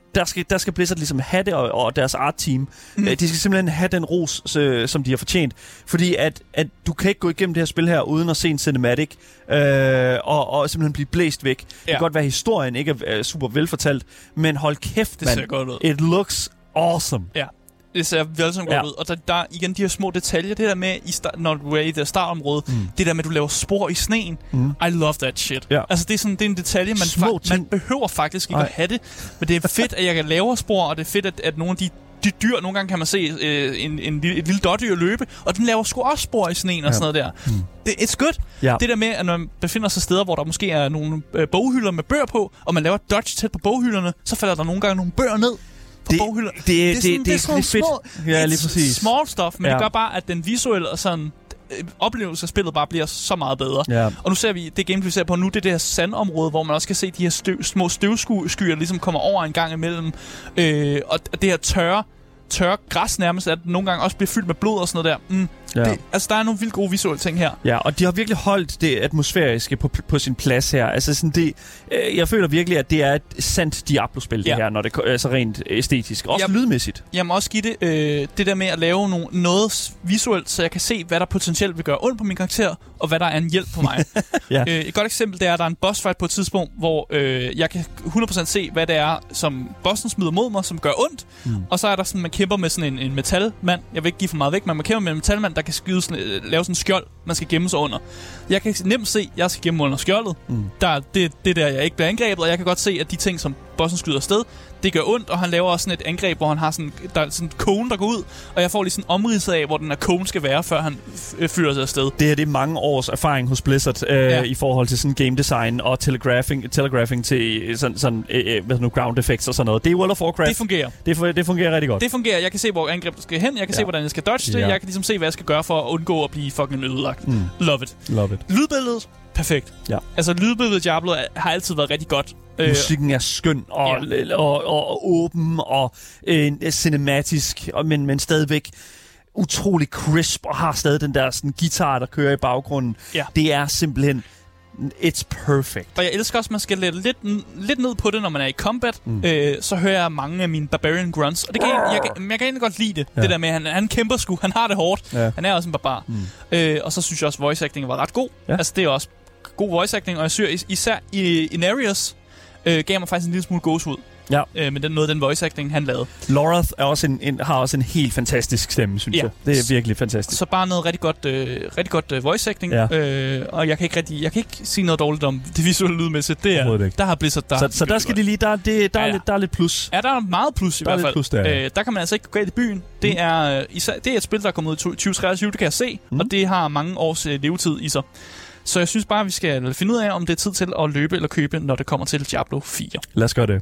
der skal, der skal Blizzard ligesom have det, og, og deres art-team. Mm. De skal simpelthen have den ros, så, som de har fortjent. Fordi at, at du kan ikke gå igennem det her spil her, uden at se en cinematic, øh, og, og simpelthen blive blæst væk. Ja. Det kan godt være, at historien ikke er super velfortalt, men hold kæft, det ser godt ud. It looks awesome. Ja. Det ser voldsomt ja. godt ud. Og der, der er igen de her små detaljer. Det der med, i start, når du er i det startområde, mm. det der med, at du laver spor i sneen. Mm. I love that shit. Ja. Altså, det er, sådan, det er en detalje, man, fa- man behøver faktisk ikke Ej. at have det. Men det er fedt, at jeg kan lave spor, og det er fedt, at, at nogle af de, de dyr, nogle gange kan man se øh, en, en, et lille dårdyr løbe, og den laver sgu også spor i sneen og ja. sådan noget der. Mm. Det, it's good. Ja. Det der med, at når man befinder sig steder, hvor der måske er nogle øh, boghylder med bøger på, og man laver dodge tæt på boghylderne, så falder der nogle gange nogle bøger ned. Det, det, det, det, er sådan, det, det er sådan fedt. Små, ja, lige præcis. Small stuff, men ja. det gør bare, at den visuelle og sådan øh, oplevelse af spillet bare bliver så meget bedre. Ja. Og nu ser vi, det gameplay vi ser på nu, det er det her sandområde, hvor man også kan se de her støv, små støvskyer, ligesom kommer over en gang imellem. Øh, og det her tørre, tørre græs nærmest, at nogle gange også bliver fyldt med blod og sådan noget der. Mm. Ja. Det, altså, der er nogle vildt gode visuelle ting her. Ja, og de har virkelig holdt det atmosfæriske på, på sin plads her. Altså, sådan det, øh, jeg føler virkelig, at det er et sandt Diablo-spil, ja. det her, når det er så rent æstetisk. Også jamen, lydmæssigt. Jeg må også give det, øh, det der med at lave no, noget visuelt, så jeg kan se, hvad der potentielt vil gøre ondt på min karakter, og hvad der er en hjælp på mig. ja. øh, et godt eksempel, det er, at der er en boss fight på et tidspunkt, hvor øh, jeg kan hundrede procent se, hvad det er, som bossen smider mod mig, som gør ondt. Mm. Og så er der sådan, man kæmper med sådan en, en metalmand. Jeg vil ikke give for meget væk, men man kæmper med en metalmand, der kan skyde sådan, lave sådan en skjold, man skal gemme sig under. Jeg kan nemt se, at jeg skal gemme under skjoldet. Mm. Der, det, det der, jeg ikke bliver angrebet, og jeg kan godt se, at de ting, som bossen skyder afsted, det gør ondt, og han laver også sådan et angreb, hvor han har sådan, der er sådan en kone, der går ud, og jeg får lige sådan en omridset af, hvor den her kone skal være, før han f- fyrer sig afsted. Det her, det er mange års erfaring hos Blizzard øh, ja. i forhold til sådan game design og telegraphing, telegraphing til sådan, sådan øh, hvad nu, ground effects og sådan noget. Det er World of Warcraft. Det fungerer. Det, det fungerer rigtig godt. Det fungerer. Jeg kan se, hvor angrebet skal hen. Jeg kan ja. se, hvordan jeg skal dodge det. Ja. Jeg kan ligesom se, hvad jeg skal gøre for at undgå at blive fucking ødelagt. Mm. Love it. Love it. Lydbilledet, perfekt. Ja. Altså, lydbilledet Diablo har altid været rigtig godt. Musikken er skøn og, ja. og, og, og åben og øh, cinematisk, og, men, men stadigvæk utrolig crisp og har stadig den der sådan, guitar, der kører i baggrunden. Ja. Det er simpelthen... It's perfect. Og jeg elsker også, at man skal lette lidt, lidt ned på det, når man er i combat. Mm. Øh, så hører jeg mange af mine barbarian grunts. Og det kan jeg, jeg, kan, jeg kan egentlig godt lide det. Ja. Det der med, at han, han kæmper sgu. Han har det hårdt. Ja. Han er også en barbar. Mm. Øh, og så synes jeg også, at voice acting var ret god. Ja. Altså, det er også god voice acting. Og jeg synes især i Inarius øh, gav mig faktisk en lille smule gåsehud. Ja. Øh, men den noget, den voice acting, han lavede. Lorath er også en, en, har også en helt fantastisk stemme, synes ja. jeg. Det er virkelig fantastisk. Så bare noget rigtig godt, øh, rigtig godt øh, voice acting. Ja. Øh, og jeg kan ikke rigtig, jeg kan ikke sige noget dårligt om det visuelle lydmæssigt. Det er, der har Blizzard, der Så, så der skal de lige, der, det, der, ja, ja. Er lidt, der er lidt plus. Ja, der er meget plus i der hvert fald. Plus, der, ja. øh, der kan man altså ikke gå galt i byen. Det, mm. er, især, det er et spil, der er kommet ud i tyve treogtyve, det kan jeg se. Mm. Og det har mange års øh, levetid i sig. Så jeg synes bare, vi skal finde ud af, om det er tid til at løbe eller købe, når det kommer til Diablo fire. Lad os gøre det.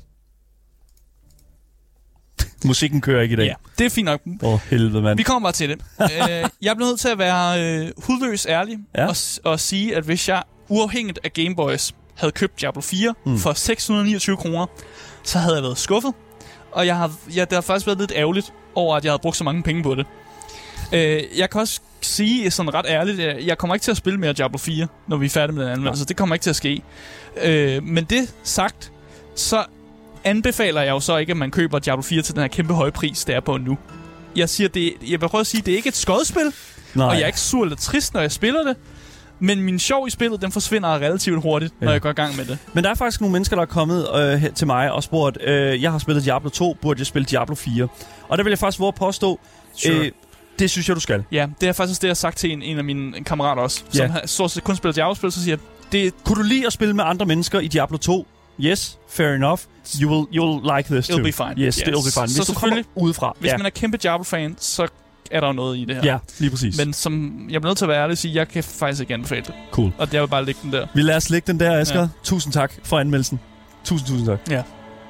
Musikken kører ikke i dag. Ja, det er fint nok. Åh, oh, helvede, mand. Vi kommer bare til det. uh, jeg er blevet nødt til at være uh, hudløs ærlig ja. og, og sige, at hvis jeg uafhængigt af Game Boys havde købt Diablo fire mm. for seks hundrede niogtyve kroner, så havde jeg været skuffet. Og jeg har, jeg, det har faktisk været lidt ærgerligt over, at jeg havde brugt så mange penge på det. Uh, jeg kan også sige sådan ret ærligt, at jeg kommer ikke til at spille mere Diablo fire, når vi er færdige med den anmeldelse. Ja. Det kommer ikke til at ske. Uh, men det sagt, så anbefaler jeg jo så ikke, at man køber Diablo fire til den her kæmpe høje pris, der er på nu. Jeg siger, det, jeg vil prøve at sige, det er ikke et skodspil, Nej. og jeg er ikke sur eller trist, når jeg spiller det, men min sjov i spillet, den forsvinder relativt hurtigt, ja. når jeg går i gang med det. Men der er faktisk nogle mennesker, der er kommet øh, til mig og spurgt, øh, jeg har spillet Diablo to, burde jeg spille Diablo fire? Og der vil jeg faktisk våge påstå, sure. øh, det synes jeg, du skal. Ja, det er faktisk det, jeg har sagt til en, en af mine kammerater også, som ja. har så kun spillet Diablo-spil, så siger det. Kunne du lide at spille med andre mennesker i Diablo to? Yes, fair enough. You will, you will like this too. It'll be fine. Yes, yes. It'll be fine. Hvis så du kommer udefra. Hvis ja. man er kæmpe Diablo-fan, så er der noget i det her. Ja, lige præcis. Men som jeg bliver nødt til at være ærlig og sige, jeg kan faktisk ikke anbefale det. Cool. Og jeg vil bare lægge den der. Vi lader os lægge den der, Asger. Ja. Tusind tak for anmeldelsen. Tusind, tusind tak. Ja.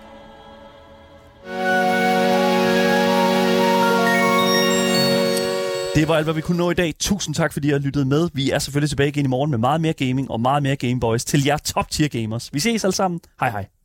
Det var alt, hvad vi kunne nå i dag. Tusind tak, fordi I har lyttet med. Vi er selvfølgelig tilbage igen i morgen med meget mere gaming og meget mere Gameboys til jer top-tier gamers. Vi ses alle sammen. Hej hej.